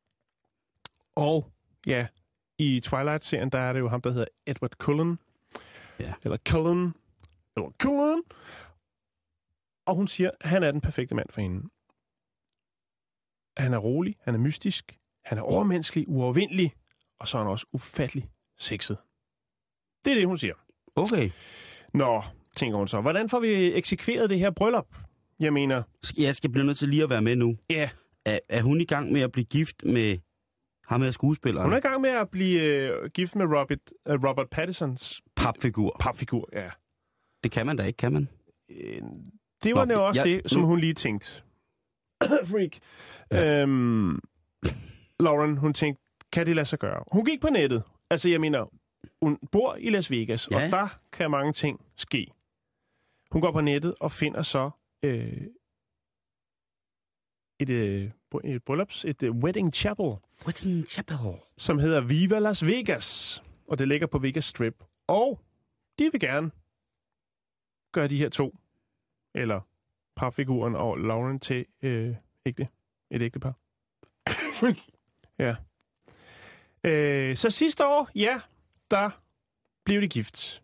og ja, i Twilight-serien, der er det jo ham, der hedder Edward Cullen. Ja. Eller Cullen. Eller Cullen. Og hun siger, han er den perfekte mand for hende. Han er rolig, han er mystisk, han er overmenneskelig, uovervindelig, og så er han også ufattelig sexet. Det er det, hun siger. Okay. Nå, tænker hun så, hvordan får vi eksekveret det her bryllup? Jeg mener... Jeg skal blive nødt til lige at være med nu. Ja. Er, er hun i gang med at blive gift med ham her skuespilleren? Hun er i gang med at blive øh, gift med Robert, øh, Robert Pattinsons papfigur. papfigur, ja. Det kan man da ikke, kan man? Øh, det var Nå, jo også jeg- det, som nu- hun lige tænkte. Freak. Ja. Øhm, Lauren, hun tænkte, kan det lade sig gøre? Hun gik på nettet. Altså, jeg mener, hun bor i Las Vegas, Ja. og der kan mange ting ske. Hun går på nettet og finder så øh, et, øh, et bryllups, et øh, wedding chapel, Wedding Chapel. som hedder Viva Las Vegas, og det ligger på Vegas Strip. Og de vil gerne gøre de her to, eller parfiguren og Lauren til øh, ægte, et ægte par. Ja. Øh, så sidste år, ja, der blev de gift.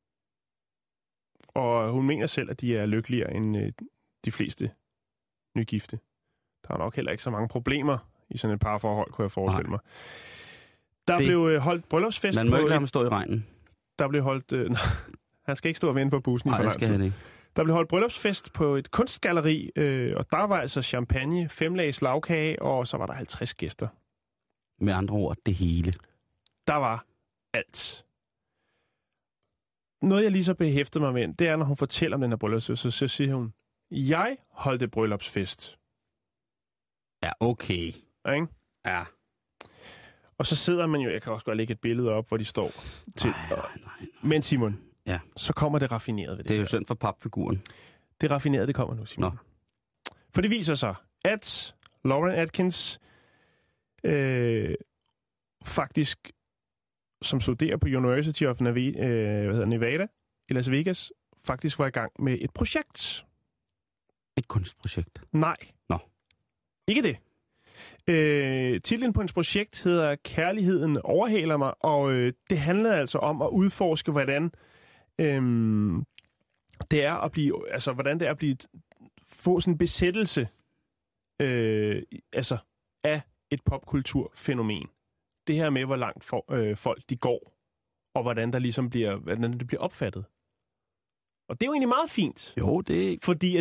Og hun mener selv, at de er lykkeligere end øh, de fleste nygifte. Der er nok heller ikke så mange problemer i sådan et parforhold, kunne jeg forestille Nej. mig. Der Det- blev øh, holdt bryllupsfest Man må på ikke lade et, ham stå i regnen. der blev holdt øh, han skal ikke stå og vente på bussen i Nej, for det lang skal tid. han ikke. Der blev holdt bryllupsfest på et kunstgalleri, øh, og der var altså champagne, femlags lavkage, og så var der halvtreds gæster. Med andre ord, det hele. Der var alt. Noget, jeg lige så behæftede mig med, det er, når hun fortæller om den her bryllupsfest, så, så siger hun, jeg holdte bryllupsfest. Ja, okay. Ikke? Ja. Og så sidder man jo, jeg kan også godt lægge et billede op, hvor de står til. Nej, nej, nej. Men Simon, Ja. så kommer det raffinerede ved det. Det er jo her. synd for papfiguren. Det raffinerede, det kommer nu, Simon. Nå. For det viser sig, at Lauren Atkins øh, faktisk, som studerer på University of Navi, øh, hvad hedder, Nevada i Las Vegas, faktisk var i gang med et projekt. Et kunstprojekt. Nej. Nå. Ikke det. Øh, titlen på hendes projekt hedder Kærligheden overhaler mig, og øh, det handlede altså om at udforske, hvordan øh, det er at blive, altså hvordan det er at blive få sådan en besættelse øh, altså af et popkulturfænomen. Det her med, hvor langt for, øh, folk de går, og hvordan der ligesom bliver, hvordan det bliver opfattet. Og det er jo egentlig meget fint. Jo, det er... Fordi at vi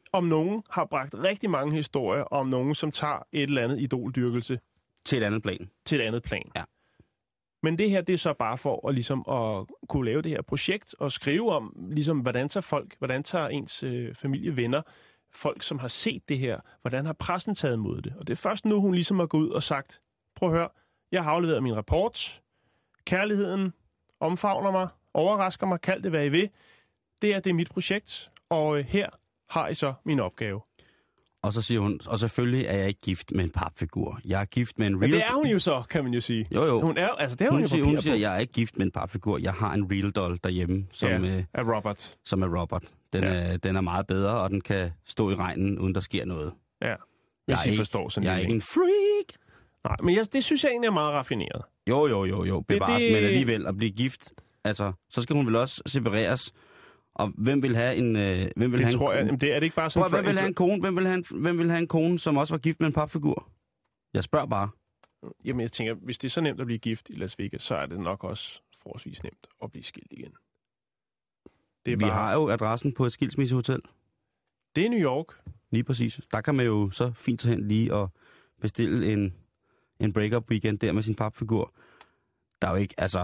om nogen har bragt rigtig mange historier om nogen, som tager et eller andet idoldyrkelse Til et andet plan. til et andet plan. Ja. Men det her, det er så bare for at, ligesom, at kunne lave det her projekt og skrive om, ligesom, hvordan tager folk, hvordan tager ens øh, familie, venner, folk, som har set det her, hvordan har pressen taget imod det. Og det er først nu, hun ligesom har gået ud og sagt, prøv at høre, jeg har afleveret min rapport, kærligheden omfavner mig, overrasker mig, kald det hvad I vil. Det her, det er mit projekt, og øh, her har I så min opgave. Og så siger hun, og selvfølgelig er jeg ikke gift med en papfigur. Jeg er gift med en real... Men det er hun jo så, kan man jo sige. Jo, jo. Hun er, altså, det har hun, Hun jo siger, papir hun siger, på. jeg er ikke gift med en papfigur. Jeg har en real doll derhjemme, som, Ja, øh, af Robert. som er Robert. Den, Ja. er, den er meget bedre, og den kan stå i regnen, uden der sker noget. Ja, Jeg hvis er I ikke, forstår sådan jeg er en ikke mening. en freak. Nej, men jeg, det synes jeg egentlig er meget raffineret. Jo, jo, jo, jo. Bevares, det- men alligevel at blive gift. Altså, så skal hun vel også separeres. Og hvem vil have en... Øh, hvem vil Det have tror en jeg. kone? Jamen, det, er det ikke bare Prøv, sådan... at, hvem vil have en kone? Hvem vil have en, hvem vil have en kone, som også var gift med en papfigur? Jeg spørger bare. Jamen, jeg tænker, hvis det er så nemt at blive gift i Las Vegas, så er det nok også forholdsvis nemt at blive skilt igen. Det er Vi bare... har jo adressen på et skilsmissehotel. Det er New York. Lige præcis. Der kan man jo så fint tage hen lige og bestille en, en break-up weekend der med sin papfigur. Der er jo ikke, altså...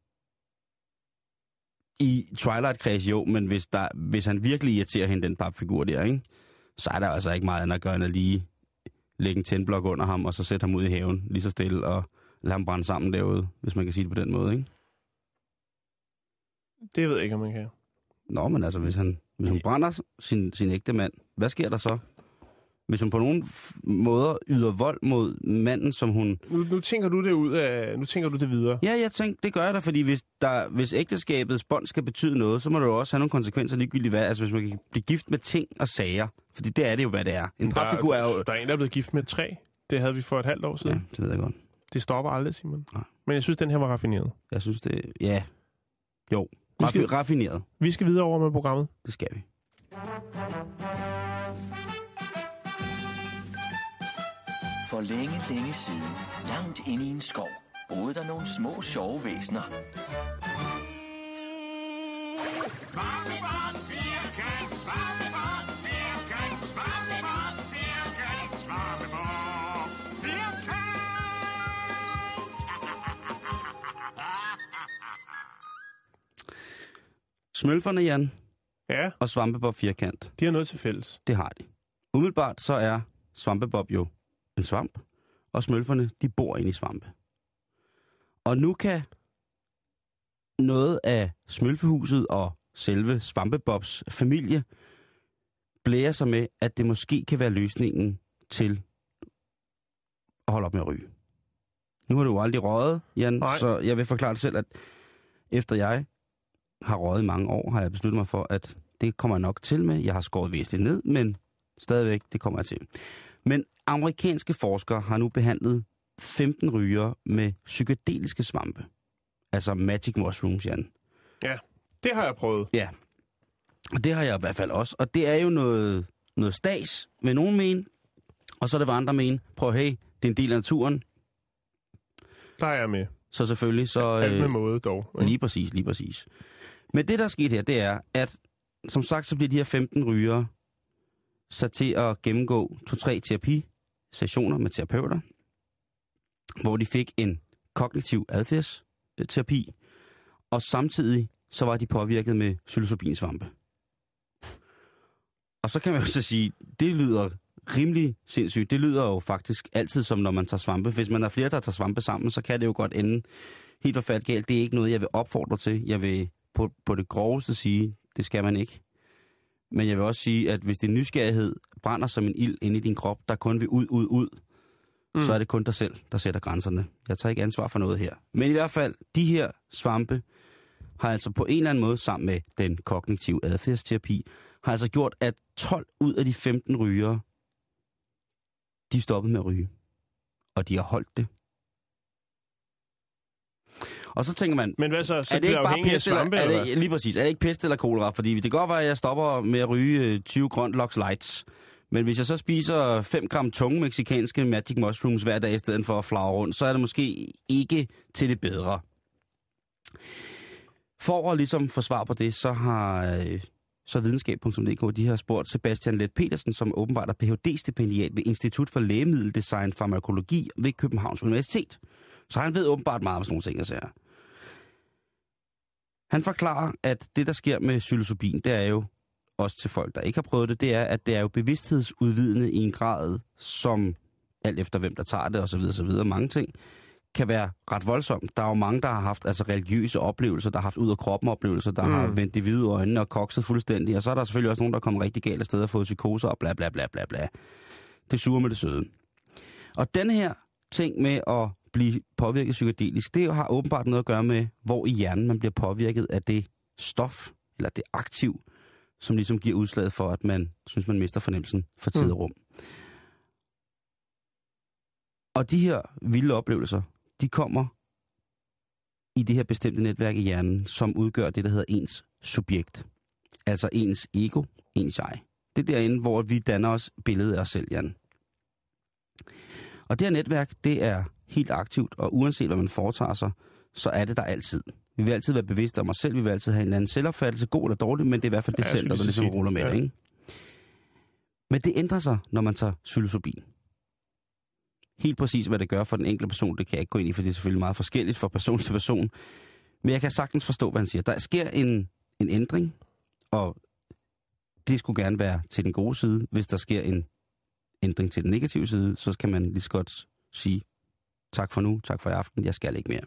I Twilight-kreds jo, men hvis, der, hvis han virkelig irriterer hende, den papfigur der, ikke? Så er der altså ikke meget andet at gøre, end at lige lægge en tændblok under ham, og så sætte ham ud i haven lige så stille, og lade ham brænde sammen derude, hvis man kan sige det på den måde, ikke? Det ved jeg ikke, om man kan. Nå, men altså, hvis, han, hvis hun brænder sin, sin ægte mand, hvad sker der så? Hvis hun på nogen f- måder yder vold mod manden, som hun... Nu, nu tænker du det ud af... Nu tænker du det videre. Ja, jeg tænkte, det gør jeg da, fordi hvis, der, hvis ægteskabets bånd skal betyde noget, så må det jo også have nogle konsekvenser ligegyldigt hvad. Altså, hvis man kan blive gift med ting og sager. Fordi det er det jo, hvad det er. En Der, papfigur er jo... der er en, der er blevet gift med tre. Det havde vi for et halvt år Ja, siden. det ved jeg godt. Det stopper aldrig, Simon. Nej. Men jeg synes, den her var raffineret. Jeg synes, det... Ja. Jo. Vi skal- Raffi- raffineret. Vi skal videre over med programmet. Det skal vi. For længe, længe siden, langt inde i en skov, boede der nogle små sjove væsener. Smølferne, Jan, Ja, og Svampebob firkant. de har noget til fælles. Det har de. Umiddelbart så er Svampebob jo en svamp, og smølferne, de bor inde i svampe. Og nu kan noget af smølfehuset og selve Svampebobs familie blære sig med, at det måske kan være løsningen til at holde op med at ryge. Nu har du jo aldrig røget, Jan, Nej. så jeg vil forklare det selv, at efter jeg har røget i mange år, har jeg besluttet mig for, at det kommer jeg nok til med. Jeg har skåret væsentligt ned, men stadigvæk, det kommer jeg til. Men amerikanske forskere har nu behandlet femten rygere med psykedeliske svampe. Altså magic mushrooms, Jan. Ja, det har jeg prøvet. Ja, og det har jeg i hvert fald også. Og det er jo noget, noget stas, vil nogen mene. Og så er det, hvad andre mene. Prøv at hey, det er en del af naturen. Der er jeg med. Så selvfølgelig, så... Alt med øh, måde dog. ikke? Lige præcis, lige præcis. Men det, der er sket her, det er, at som sagt, så bliver de her femten rygere sat til at gennemgå to-tre terapisessioner med terapeuter, hvor de fik en kognitiv adfærdsterapi, og samtidig så var de påvirket med psilocybinsvampe. Og så kan man jo så sige, det lyder rimelig sindssygt. Det lyder jo faktisk altid som, når man tager svampe. Hvis man er flere, der tager svampe sammen, så kan det jo godt ende helt forfærdeligt galt. Det er ikke noget, jeg vil opfordre til. Jeg vil på, på det groveste sige, det skal man ikke. Men jeg vil også sige, at hvis din nysgerrighed brænder som en ild inde i din krop, der kun vil ud, ud, ud, mm. så er det kun dig selv, der sætter grænserne. Jeg tager ikke ansvar for noget her. Men i hvert fald, de her svampe har altså på en eller anden måde, sammen med den kognitive adfærdsterapi, har altså gjort, at tolv ud af de femten rygere, de stoppede med at ryge. Og de har holdt det. Og så tænker man, Men hvad så? Så er det ikke bare afhængig af pest eller, svampe, er eller det, lige præcis, er det ikke pest eller kolera? Fordi det kan godt være, at jeg stopper med at ryge tyve Grønt Lox Lights. Men hvis jeg så spiser fem gram tunge mexikanske magic mushrooms hver dag, i stedet for at flagre rundt, så er det måske ikke til det bedre. For at ligesom få svar på det, så har øh, så videnskab punktum d k, de har spurgt Sebastian Leth Petersen, som åbenbart er P H D-stipendiat ved Institut for Lægemiddeldesign Farmakologi ved Københavns Universitet. Så han ved åbenbart meget om sådan nogle ting, jeg siger. Han forklarer, at det, der sker med psilocybin, det er jo, også til folk, der ikke har prøvet det, det er, at det er jo bevidsthedsudvidende i en grad, som alt efter hvem der tager det, og så videre, så videre, mange ting, kan være ret voldsomt. Der er jo mange, der har haft altså, religiøse oplevelser, der har haft ud af kroppen oplevelser, der mm. har vendt de hvide øjne og kokset fuldstændig, og så er der selvfølgelig også nogen, der kommer rigtig galt af sted og fået psykoser og bla bla bla bla bla. Det suger med det søde. Og den her ting med at blive påvirket psykedelisk, det har åbenbart noget at gøre med, hvor i hjernen man bliver påvirket af det stof, eller det aktiv, som ligesom giver udslaget for, at man synes, man mister fornemmelsen for tid og rum. Mm. Og de her vilde oplevelser, de kommer i det her bestemte netværk i hjernen, som udgør det, der hedder ens subjekt. Altså ens ego, ens jeg. Det er derinde, hvor vi danner os billedet af os selv, Jan. Og det her netværk, det er helt aktivt, og uanset hvad man foretager sig, så er det der altid. Vi vil altid være bevidste om os selv, vi vil altid have en eller anden selvopfattelse, god eller dårlig, men det er i hvert fald det ja, selv, der ligesom ruller med, ja. Ikke? Men det ændrer sig, når man tager psilocybin. Helt præcis, hvad det gør for den enkelte person, det kan jeg ikke gå ind i, for det er selvfølgelig meget forskelligt fra person til person. Men jeg kan sagtens forstå, hvad han siger. Der sker en, en ændring, og det skulle gerne være til den gode side. Hvis der sker en ændring til den negative side, så kan man lige så godt sige, tak for nu, tak for i aften, jeg skal ikke mere.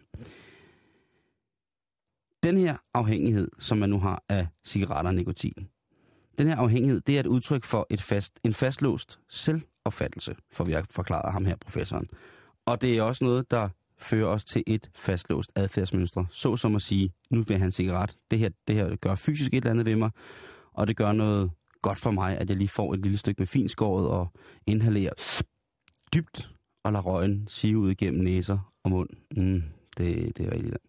Den her afhængighed, som man nu har af cigaretter og nikotin, den her afhængighed, det er et udtryk for et fast, en fastlåst selvopfattelse, for vi har forklaret ham her, professoren. Og det er også noget, der fører os til et fastlåst adfærdsmønstre, så som at sige, nu vil jeg have en cigaret, det her, det her gør fysisk et eller andet ved mig, og det gør noget godt for mig, at jeg lige får et lille stykke med finskåret og inhalerer dybt, og lader røgen sive ud igennem næser og mund. Mm, det, det er rigtigt.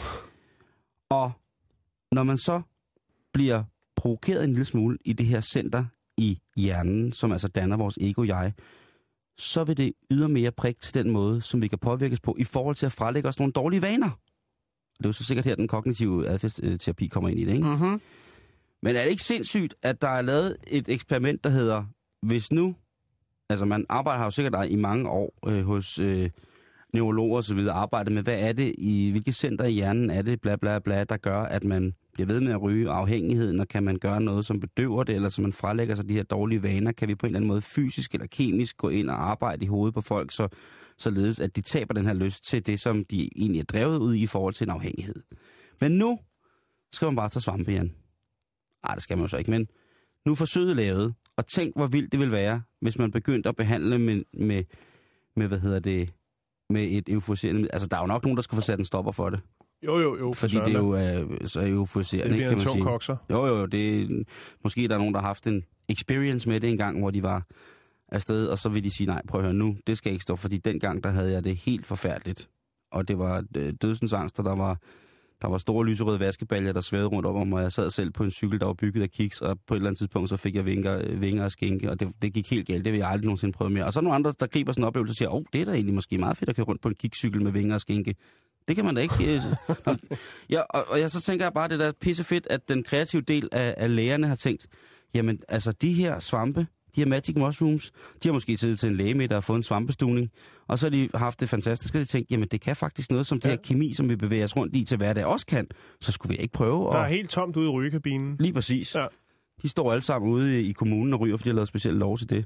Og når man så bliver provokeret en lille smule i det her center i hjernen, som altså danner vores ego-jeg, så vil det ydermere prikke til den måde, som vi kan påvirkes på, i forhold til at frelægge os nogle dårlige vaner. Og det er jo så sikkert her, den kognitive adfærdsterapi kommer ind i det, ikke? Mm-hmm. Men er det ikke sindssygt, at der er lavet et eksperiment, der hedder, hvis nu, altså man arbejder har jo sikkert i mange år øh, hos øh, neurologer og så videre, arbejdet med, hvad er det, i hvilke center i hjernen er det, bla bla bla, der gør, at man bliver ved med at ryge, afhængigheden, og kan man gøre noget, som bedøver det, eller som man frelægger sig de her dårlige vaner, kan vi på en eller anden måde fysisk eller kemisk gå ind og arbejde i hovedet på folk, så, således at de taber den her lyst til det, som de egentlig er drevet ud i i forhold til en afhængighed. Men nu skal man bare tage svampe, Jan. Ej, det skal man jo så ikke, men nu er forsøget lavet, og tænk, hvor vildt det vil være, hvis man begyndte at behandle med, med, med hvad hedder det, med et euforiserende. Altså, der er jo nok nogen, der skal få sat en stopper for det. Jo, jo, jo. Fordi det er jo øh, så euforiserende, ikke, kan man sige. Det bliver en tung kokser. Jo, jo, det måske der er nogen, der har haft en experience med det en gang, hvor de var afsted, og så vil de sige, nej, prøv at høre nu, det skal ikke stå, fordi dengang, der havde jeg det helt forfærdeligt. Og det var øh, dødsens angst, og der var, der var store lyserøde vaskebaljer, der svævede rundt om, og jeg sad selv på en cykel, der var bygget af kiks, og på et eller andet tidspunkt, så fik jeg vinger, vinger og skænke, og det, det gik helt galt, det vil jeg aldrig nogensinde prøve mere. Og så er nogle andre, der griber sådan en oplevelse og siger, åh, oh, det er da egentlig måske meget fedt at køre rundt på en kikscykel med vinger og skænke. Det kan man da ikke. Ja, og, og jeg, så tænker jeg bare, det der pisse fedt, at den kreative del af, af lægerne har tænkt, jamen altså de her svampe, de her magic mushrooms, de har måske siddet til en læge med, der har fået en svampestuning, og så har de haft det fantastisk, og de tænkt, jamen det kan faktisk noget, som ja. Det her kemi, som vi bevæger os rundt i til hverdag også kan, så skulle vi ikke prøve. Der er helt tomt ude i rygekabinen. Lige præcis. Ja. De står alle sammen ude i kommunen og ryger, fordi de har lavet specielle lov til det.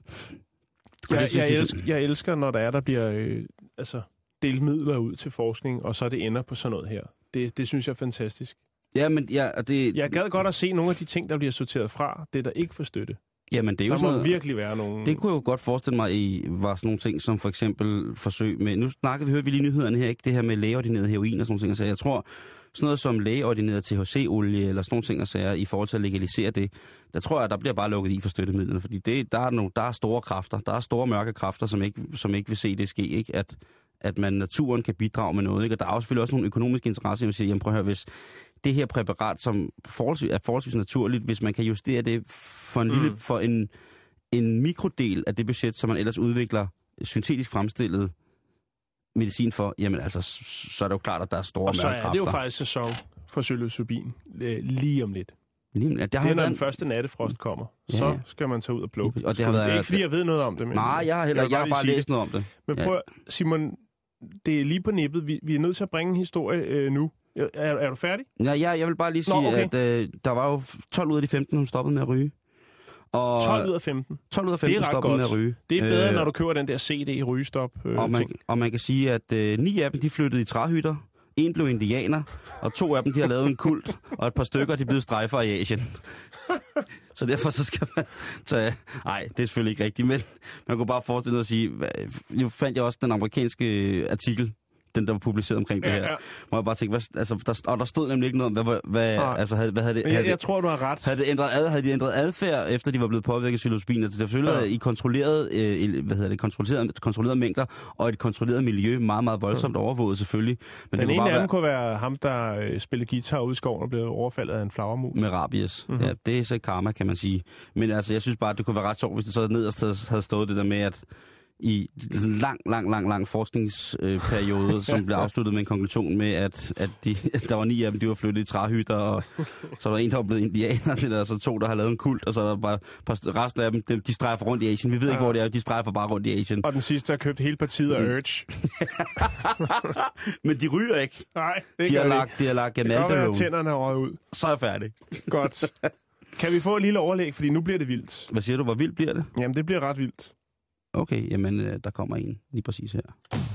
Ja, det jeg, jeg, elsker, jeg elsker, når der er, der bliver øh, altså, delt midler ud til forskning, og så det ender på sådan noget her. Det, det synes jeg er fantastisk. Ja, men ja, det... Jeg gad godt at se nogle af de ting, der bliver sorteret fra, det der ikke får støtte. Jamen, det er jo der sådan må noget, virkelig være nogle... Det kunne jeg jo godt forestille mig, i var sådan nogle ting, som for eksempel forsøg med... Nu snakker vi, hører vi lige nyhederne her, ikke? Det her med lægeordineret heroin og sådan nogle ting. Så jeg tror, sådan noget som lægeordineret T H C-olie eller sådan nogle ting, så er, i forhold til at legalisere det, der tror jeg, der bliver bare lukket i for støttemidlerne. Fordi det, der, er nogle, der er store kræfter, der er store mørke kræfter, som ikke, som ikke vil se det ske, ikke? At, at man naturen kan bidrage med noget, ikke? Og der er jo selvfølgelig også nogle økonomiske interesser, jeg siger, jamen prøv at høre, hvis det her præparat, som forholdsvis, er forholdsvis naturligt, hvis man kan justere det for en mm. lille, for en, en mikrodel af det budget, som man ellers udvikler syntetisk fremstillet medicin for, jamen altså, så er det jo klart, at der er store mørke kræfter. Og så er det jo kræfter. faktisk sæson for psilocybin lige om lidt. Lige, ja, det, det er, når været... den første nattefrost kommer. Ja. Så skal man tage ud og plukke. Og det har været... Det er ikke, fordi jeg ved noget om det. Men Nej, jeg har heller jeg, jeg har bare læst det. noget om det. Men prøv, ja. Simon, det er lige på nippet. Vi, vi er nødt til at bringe en historie øh, nu. Er, er du færdig? Ja, ja, jeg vil bare lige sige, Nå, okay. at øh, der var jo tolv ud af de femten, hun stoppede med at ryge. Og tolv ud af femten? tolv ud af femten stoppede med at ryge. Det er bedre, øh, når du køber den der C D i rygestop. Øh, og, man, og man kan sige, at øh, ni af dem, de flyttede i træhytter. En blev indianer, og to af dem, de har lavet en kult, og et par stykker, de er blevet strejfer i Asien. Så derfor så skal man tage... Nej, det er selvfølgelig ikke rigtigt, men man kunne bare forestille sig at sige... Nu fandt jeg også den amerikanske artikel, den der var publiceret omkring det her. Ja, ja. Må jeg bare tænke, hvad, altså, der, og der stod nemlig ikke noget om, hvad, hvad, altså, havde, hvad havde det... Jeg, havde jeg det, tror, du har ret. Havde, det ændret ad, havde de ændret adfærd, efter de var blevet påvirket af psilocybin? Altså, det er selvfølgelig ja. i kontrolleret, øh, hvad hedder det, kontrolleret, kontrolleret mængder, og et kontrolleret miljø, meget, meget voldsomt ja. overvåget selvfølgelig. Men den det ene af dem være... kunne være ham, der øh, spillede guitar ude i skoven og blev overfaldet af en flagermus. Med rabies. Mm-hmm. Ja, det er så karma, kan man sige. Men altså, jeg synes bare, at det kunne være ret sjovt, hvis det så nederst havde stået det der med, at i en lang, lang, lang, lang forskningsperiode, øh, som blev afsluttet med en konklusion med, at, at de, der var ni af dem, de var flyttet i træhytter, og så var der en, der var blevet indianer, det der, så to, der har lavet en kult, og så er der bare resten af dem, de, de strejfer rundt i Asien. Vi ved ikke, hvor det er, de strejfer bare rundt i Asien. Og den sidste har købt hele partiet af Urge. Men de ryger ikke. Nej, det de har de lagt, de har lagt det kan være, at tænderne røget ud. Så er jeg færdig. Godt. Kan vi få et lille overlæg, fordi nu bliver det vildt. Hvad siger du, hvor vildt bliver det? Jamen, det bliver ret vildt. Okay, jamen, øh, der kommer en lige præcis her.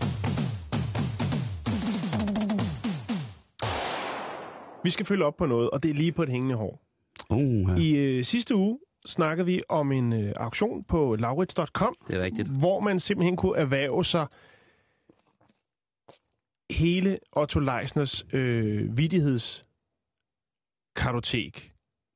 Vi skal følge op på noget, og det er lige på et hængende hår. Uh, ja. I øh, sidste uge snakkede vi om en øh, auktion på laurits punktum com, det er rigtigt, hvor man simpelthen kunne erhverve sig hele Otto Leisners øh, vittighedskartotek.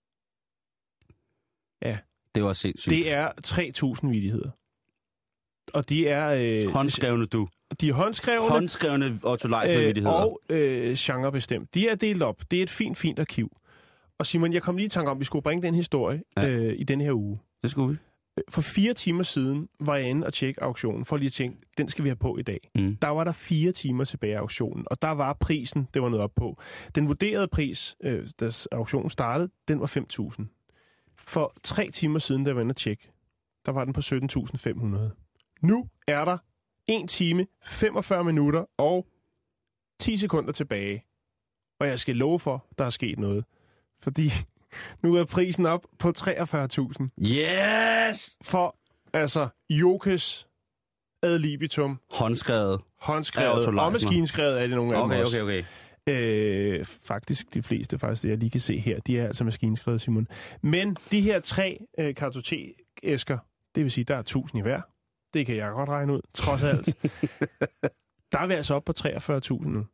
Ja. Det var sindssygt. Det er tre tusind vittigheder. Og de er... Øh, håndskrevne, du. De er håndskrevne. Håndskrevne Otto Leisner-vittigheder. Øh, og øh, genrebestemt. De er delt op. Det er et fint, fint arkiv. Og Simon, jeg kom lige i tanke om, at vi skulle bringe den historie ja. øh, i den her uge. Det skulle vi. For fire timer siden var jeg inde og tjekke auktionen, for lige at tænke, den skal vi have på i dag. Mm. Der var der fire timer tilbage af auktionen, og der var prisen, det var noget op på. Den vurderede pris, øh, da auktionen startede, den var fem tusind. For tre timer siden, da jeg var inde og tjekke, der var den på sytten tusind fem hundrede. Nu er der en time, femogfyrre minutter og ti sekunder tilbage. Og jeg skal love for, der er sket noget. Fordi nu er prisen op på treogfyrre tusind. Yes! For, altså, Jokes ad libitum. Håndskrevet. Håndskrevet. Og maskinskrevet er det nogle af okay, dem også. Okay, okay, øh, Faktisk de fleste, faktisk det jeg lige kan se her, de er altså maskinskrevet, Simon. Men de her tre øh, kartotekæsker, det vil sige, der er tusind i hver. Det kan jeg godt regne ud, trods alt. Der er vi altså op på treogfyrre tusind nu.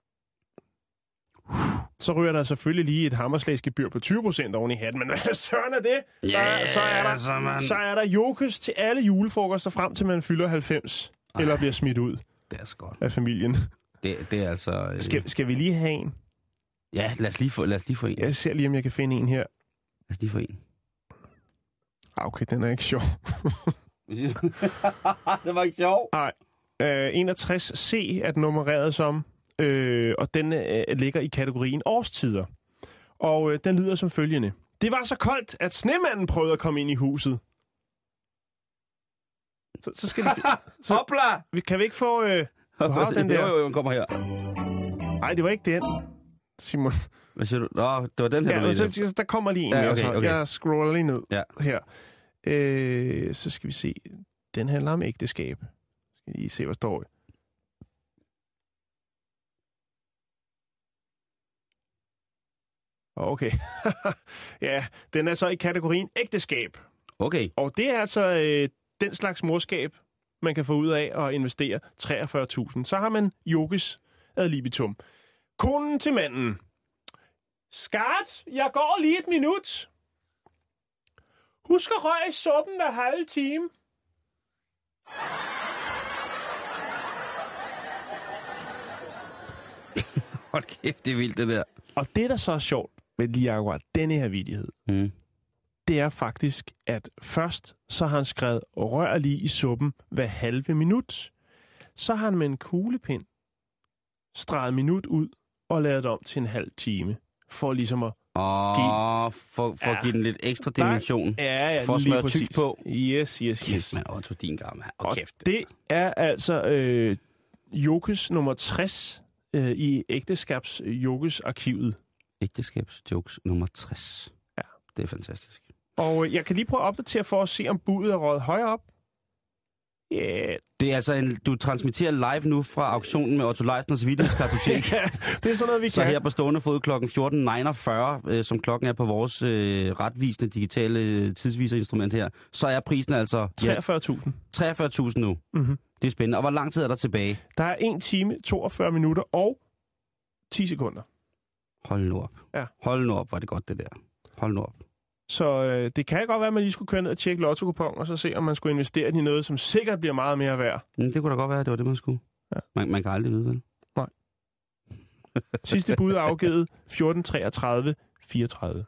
Så ryger der selvfølgelig lige et hammerslagsgebyr på tyve procent oven i hatten. Men hvad søren er det? Yeah, så, er der, så, så er der Jokes til alle julefrokoster frem til man fylder halvfems. Ej, eller bliver smidt ud det er så godt. Af familien. Det, det er altså... Øh... Skal, skal vi lige have en? Ja, lad os lige få, lad os lige få en. Jeg ser lige, om jeg kan finde en her. Lad os lige få en. Ah, okay, den er ikke sjov. Det var ikke sjov. Nej. Uh, enogtres C er den nummereret som, uh, og den uh, ligger i kategorien årstider. Og uh, den lyder som følgende. Det var så koldt, at snemanden prøvede at komme ind i huset. Så, så skal vi... Så, Hopla! Vi, kan vi ikke få... Uh, wow, den der? Jo, jo, den kommer her. Nej, det var ikke den, Simon. Hvad siger du? Nå, det var den her, ja, du så, så, der kommer lige en, ja, okay, altså. okay. Jeg scroller lige ned ja. her. Øh, så skal vi se. Den handler om ægteskab. Skal lige se, hvad står i. Okay. Ja, den er så i kategorien ægteskab. Okay. Og det er altså øh, den slags morskab, man kan få ud af at investere treogfyrre tusind. Så har man Jokes ad libitum. Konen til manden. Skat, jeg går lige et minut. Husk at røre suppen hver halve time. Hold kæft, det er vildt, det der. Og det, der så er sjovt med lige akkurat denne her vittighed, mm. det er faktisk, at først så har han skrevet rør lige i suppen hver halve minut. Så har han med en kuglepind streget minut ud og lavet det om til en halv time, for ligesom at Og for, for Ja. at give den lidt ekstra dimension. Ja, ja, For at lige smøre præcis. tyk på. Yes, yes, Kæft, yes. man, Otto, din gammel. Og, Og kæft. det er altså øh, Jokes nummer tres øh, i ægteskabs Jokes arkivet. Ægteskabsjokes nummer tres. Ja. Det er fantastisk. Og øh, jeg kan lige prøve at opdatere for at se, om budet er røget højere op. Yeah. Det er altså en, du transmitterer live nu fra auktionen med Otto Leisners vittighedskartotek. Ja, det er sådan noget, vi Så kan. her på stående fod klokken fjorten niogfyrre, øh, som klokken er på vores øh, retvisende digitale øh, tidsviserinstrument her, så er prisen altså ja, treogfyrre tusind. treogfyrre tusind nu. Mm-hmm. Det er spændende. Og hvor lang tid er der tilbage? Der er en time, toogfyrre minutter og ti sekunder. Hold nu op. Ja. Hold nu op, var det godt det der. Hold nu op. Så øh, det kan godt være, at man lige skulle køre ned og tjekke lotto-kupon, og så se, om man skulle investere i noget, som sikkert bliver meget mere værd. Men det kunne da godt være, at det var det, man skulle. Ja. Man, man kan aldrig vide, vel? Sidste bud er afgivet fjorten treogtredive fireogtredive.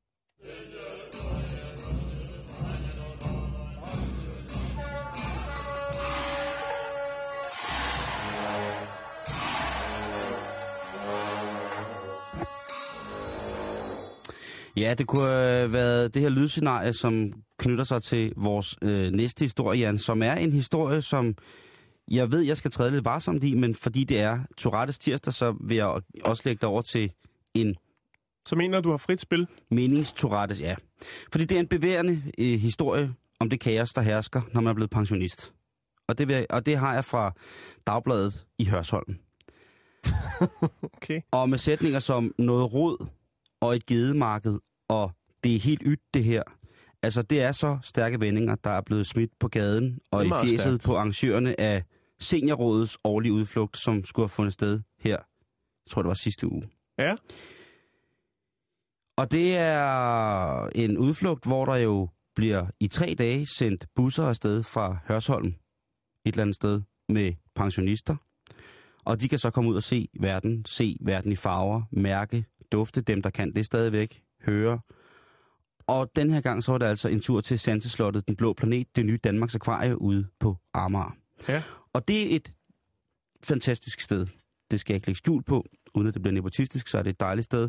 Ja, det kunne have været det her lydscenarie, som knytter sig til vores øh, næste historie, Jan, som er en historie, som jeg ved, jeg skal træde lidt varsomt i, men fordi det er Tourettes tirsdag, så vil jeg også lægge det over til en Så mener du har frit spil? menings-Tourettes, ja. Fordi det er en bevægende øh, historie om det kaos, der hersker, når man er blevet pensionist. Og det, vil jeg, og det har jeg fra Dagbladet i Hørsholm. Okay. Og med sætninger som noget rod og et gedemarked, og det er helt ydt det her. Altså, det er så stærke vendinger, der er blevet smidt på gaden og i fjeset stærkt på arrangørerne af Seniorrådets årlige udflugt, som skulle have fundet sted her, jeg tror det var sidste uge. Ja. Og det er en udflugt, hvor der jo bliver i tre dage sendt busser afsted fra Hørsholm, et eller andet sted, med pensionister. Og de kan så komme ud og se verden, se verden i farver, mærke, dufte, dem der kan det stadigvæk, høre. Og den her gang så var det altså en tur til Sanseslottet, Den Blå Planet, det nye Danmarks Akvarie ude på Amager. Ja. Og det er et fantastisk sted. Det skal jeg ikke lægge skjul på, uden at det bliver nepotistisk, så er det et dejligt sted.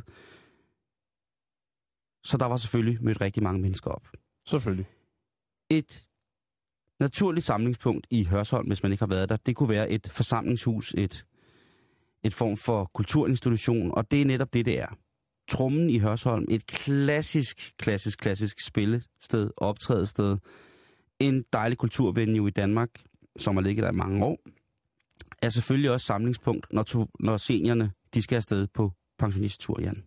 Så der var selvfølgelig mødt rigtig mange mennesker op. Selvfølgelig. Et naturligt samlingspunkt i Hørsholm, hvis man ikke har været der, det kunne være et forsamlingshus, et, et form for kulturinstitution, og det er netop det, det er. Trommen i Hørsholm, et klassisk, klassisk, klassisk spillested, optrædested. En dejlig kulturvenue i Danmark, som har ligget der i mange år, er selvfølgelig også samlingspunkt, når, to, når seniorerne de skal afsted på pensionisttur, Jan.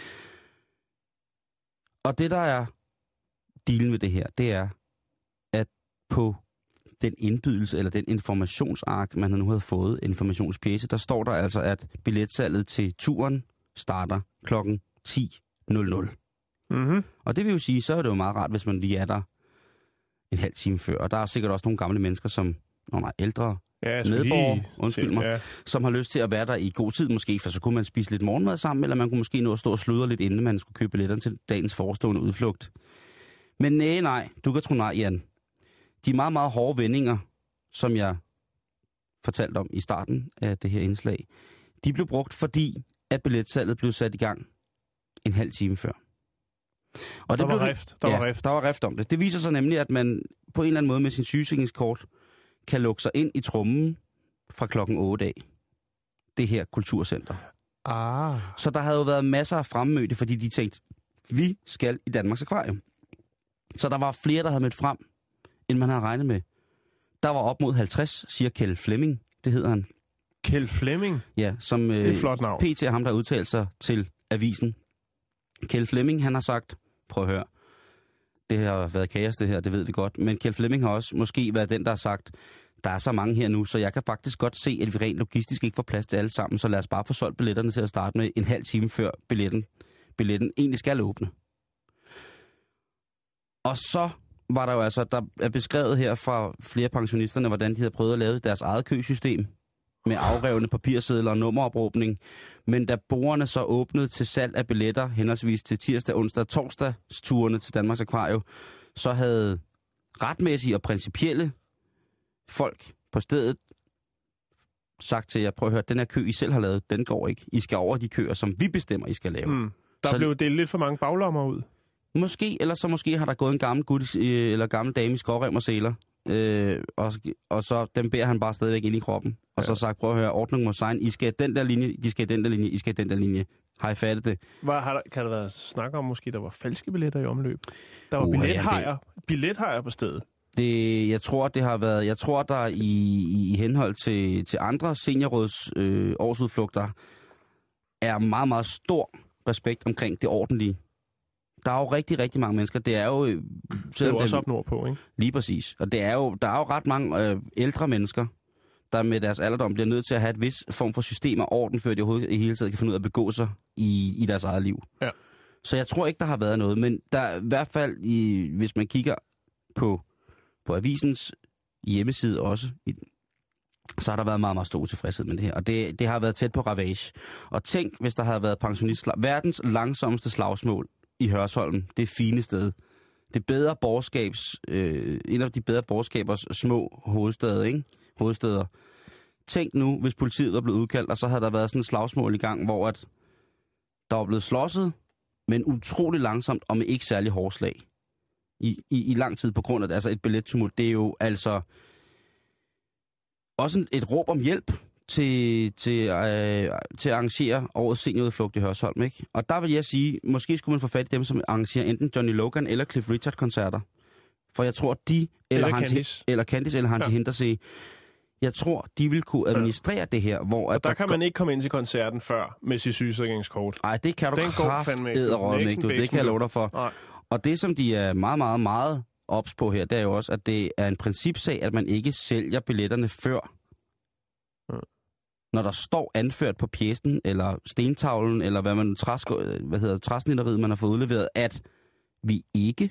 Og det, der er dealen med det her, det er, at på den indbydelse, eller den informationsark, man nu havde fået, informationspjece, der står der altså, at billetsalget til turen starter klokken ti nul nul. Mm-hmm. Og det vil jo sige, så er det jo meget rart, hvis man lige er der en halv time før. Og der er sikkert også nogle gamle mennesker, som nogle nej, ældre ja, medborgere, undskyld mig, ja. som har lyst til at være der i god tid måske, for så kunne man spise lidt morgenmad sammen, eller man kunne måske nå at stå og sludre lidt, inden man skulle købe billetterne til dagens forestående udflugt. Men nej, nej, du kan tro nej, Jan. De meget, meget hårde vendinger, som jeg fortalte om i starten af det her indslag, de blev brugt, fordi at billetsalget blev sat i gang en halv time før. Og der det var blev, rift. Der ja, var rift. der var rift om det. Det viser sig nemlig, at man på en eller anden måde med sin sygesikringskort kan lukke sig ind i trommen fra klokken otte af. Det her kulturcenter. Ah. Så der havde jo været masser af fremmødte, fordi de tænkte, vi skal i Danmarks Akvarium. Så der var flere, der havde mødt frem, end man havde regnet med. Der var op mod halvtreds, siger Kjeld Flemming, det hedder han. Kjeld Flemming? Ja, som det er et flot navn. P T er ham, der udtalte sig til avisen. Kjeld Flemming, han har sagt, prøv at høre, det har været kaos det her, det ved vi godt, men Kjeld Flemming har også måske været den, der har sagt, der er så mange her nu, så jeg kan faktisk godt se, at vi rent logistisk ikke får plads til alle sammen, så lad os bare få solgt billetterne til at starte med en halv time før billetten, billetten egentlig skal åbne. Og så var der jo altså, der er beskrevet her fra flere pensionisterne, hvordan de havde prøvet at lave deres eget køsystem med afrevne papirsedler og nummeropråbning. Men da borgerne så åbnede til salg af billetter, henholdsvis til tirsdag, onsdag og torsdag turene til Danmarks Akvarium, så havde retmæssige og principielle folk på stedet sagt til jer, prøv at høre, den her kø, I selv har lavet, den går ikke. I skal over de køer, som vi bestemmer, I skal lave. Mm. Der så, blev delt lidt for mange baglommer ud. Måske, eller så måske har der gået en gammel gut øh, eller gammel dame i skovrem og seler, øh, og, og så dem bærer han bare stadigvæk ind i kroppen. Og ja. så sagt, prøv at høre, ordning må sein, I skal den der linje, de skal den der linje, I skal den der linje. Har I fattet det? Hvad, har der, kan der være snak om, måske der var falske billetter i omløb? Der var uh, billethajer, ja, det... billethajer på stedet. Det, jeg tror, det har været, jeg tror, der i, i, i henhold til, til andre seniorråds øh, årsudflugter er meget, meget stor respekt omkring det ordentlige. Der er jo rigtig, rigtig mange mennesker. Det er jo... Det er jo også op nordpå, ikke? Lige præcis. Og det er jo, der er jo ret mange øh, ældre mennesker, der med deres alderdom bliver nødt til at have et vis form for system og orden, før de overhovedet i hele tiden kan finde ud af at begå sig i, i deres eget liv. Ja. Så jeg tror ikke, der har været noget. Men der er i hvert fald, i, hvis man kigger på, på avisens hjemmeside også, i, så har der været meget, meget stor utilfredshed med det her. Og det, det har været tæt på ravage. Og tænk, hvis der havde været pensionist, verdens langsomste slagsmål i Hørsholm, det fine sted. Det bedre borgerskabs, øh, en af de bedre borgerskabers små hovedsteder, ikke? Hovedsteder. Tænk nu, hvis politiet var blevet udkaldt, og så havde der været sådan et slagsmål i gang, hvor at der var blevet slåsset, men utrolig langsomt og med ikke særlig hårdt slag. I, i, i lang tid på grund af det, altså et billettumult. Det er jo altså også et, et råb om hjælp til, til, øh, til at arrangere årets seniorudflugt i Hørsholm, ikke? Og der vil jeg sige, måske skulle man få fat i dem, som arrangerer enten Johnny Logan eller Cliff Richard-koncerter. For jeg tror, de, eller, eller Hans, Candice, eller, Candice, eller Hansi ja. Hintersee, jeg tror, de vil kunne administrere ja. det her, hvor... Og at der, der kan man ikke komme ind til koncerten før med sit sygesikringskort. Nej, det kan du kraftedderrømme ikke, du. Det kan jeg love dig for. Nej. Og det, som de er meget, meget, meget ops på her, det er jo også, at det er en principsag, at man ikke sælger billetterne før. Ja. Når der står anført på pjecen, eller stentavlen, eller hvad man træsk, hvad hedder træsnitteriet, man har fået udleveret, at vi ikke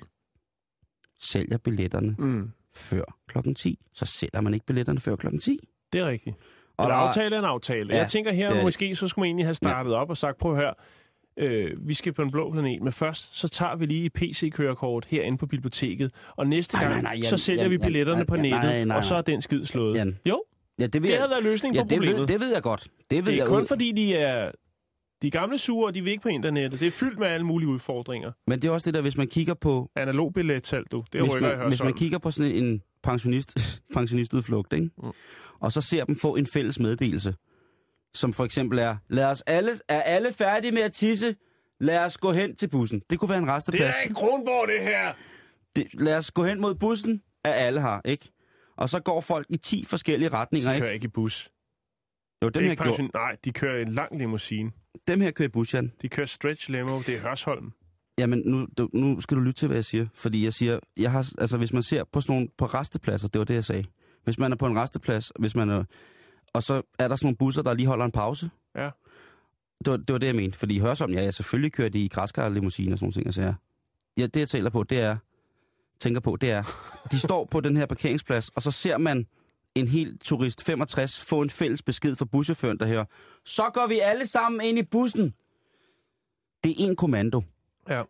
sælger billetterne mm. før klokken ti. Så sælger man ikke billetterne før klokken ti. Det er rigtigt. Og en aftale er en aftale. Ja, jeg tænker her, det... måske så skulle man egentlig have startet ja. op og sagt, prøv at høre, øh, vi skal på en blå planet, men først så tager vi lige et P C-kørekort herinde på biblioteket, og næste nej, gang, nej, nej, Jan, så sælger Jan, vi billetterne Jan, på nettet, nej, nej, nej. og så er den skid slået. Jan. Jo, ja, det, det jeg... havde været løsningen ja, på det problemet. Ved, det ved jeg godt. Det, ved det er jeg kun ud... fordi, de er... De gamle sure, de vil ikke på internettet. Det er fyldt med alle mulige udfordringer. Men det er også det der, hvis man kigger på... Analog billetsalg, du. Det hvis rykker man, i Hørsholm. Hvis man kigger på sådan en pensionist, pensionistudflugt, ikke? Mm. Og så ser dem få en fælles meddelelse, som for eksempel er, lad os alle, er alle færdige med at tisse, lad os gå hen til bussen. Det kunne være en resteplads. Det er ikke Kronborg, det her! Det, lad os gå hen mod bussen, at alle har, ikke? Og så går folk i ti forskellige retninger, ikke? De kører ikke i bus. Jo, dem her pension... Nej, de kører en lang limousine. Dem her kører i bus, Jan. De kører stretch limo, det er Hørsholm. Jamen, nu, du, nu skal du lytte til, hvad jeg siger. Fordi jeg siger, jeg har, altså hvis man ser på sådan nogle, på restepladser, det var det, jeg sagde. Hvis man er på en resteplads, hvis man er, og så er der sådan nogle busser, der lige holder en pause. Ja. Det var det, var det jeg mente. Fordi i Hørsholm, ja, jeg selvfølgelig kører de i græskar-limousine og sådan nogle ting, jeg siger. Ja, det jeg taler på, det er, tænker på, det er, de står på den her parkeringsplads, og så ser man en helt turist femogtres få en fælles besked fra buschaufføren, der hører, så går vi alle sammen ind i bussen. Det er en kommando. Ja.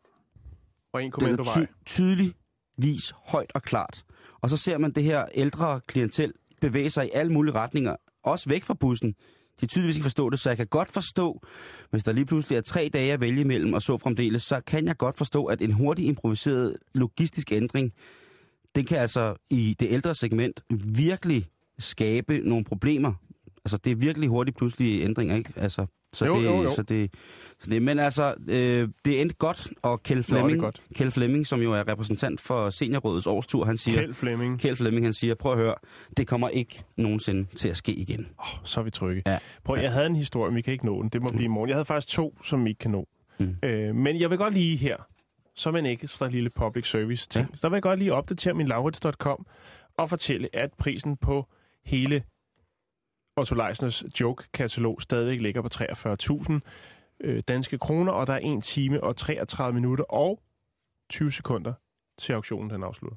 Og en kommandovaj. Det er ty- tydeligvis højt og klart. Og så ser man det her ældre klientel bevæge sig i alle mulige retninger, også væk fra bussen. De tydeligvis ikke forstå det, så jeg kan godt forstå, hvis der lige pludselig er tre dage at vælge imellem og så fremdeles, så kan jeg godt forstå, at en hurtig improviseret logistisk ændring, det kan altså i det ældre segment virkelig skabe nogle problemer. Altså det er virkelig hurtigt pludselige ændringer, ikke? Altså, så, jo, det, jo, jo. så det, så det, men altså, øh, det endte godt, og Kjeld Flemming, godt. Kjeld Flemming, som jo er repræsentant for Seniorrådets årstur, han siger, Kjeld Flemming. Kjeld Flemming, han siger, prøv at høre, det kommer ikke nogensinde til at ske igen. Oh, så er vi trygge. Ja. Prøv, jeg havde en historie, men vi kan ikke nå den. Det må blive i morgen. Jeg havde faktisk to, som vi ikke kan nå. Mm. Øh, men jeg vil godt lige her, som en ekstra lille public service ting, ja. Så der vil jeg godt lige opdatere min laurits punktum com og fortælle, at prisen på hele Otto Leisners joke-katalog stadigvæk ligger på treogfyrre tusind øh, danske kroner, og der er en time og treogtredive minutter og tyve sekunder til auktionen den afslutter.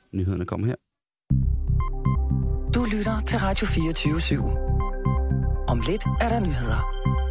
Nyhederne kommer her. Du lytter til Radio fireogtyve syv. Om lidt er der nyheder.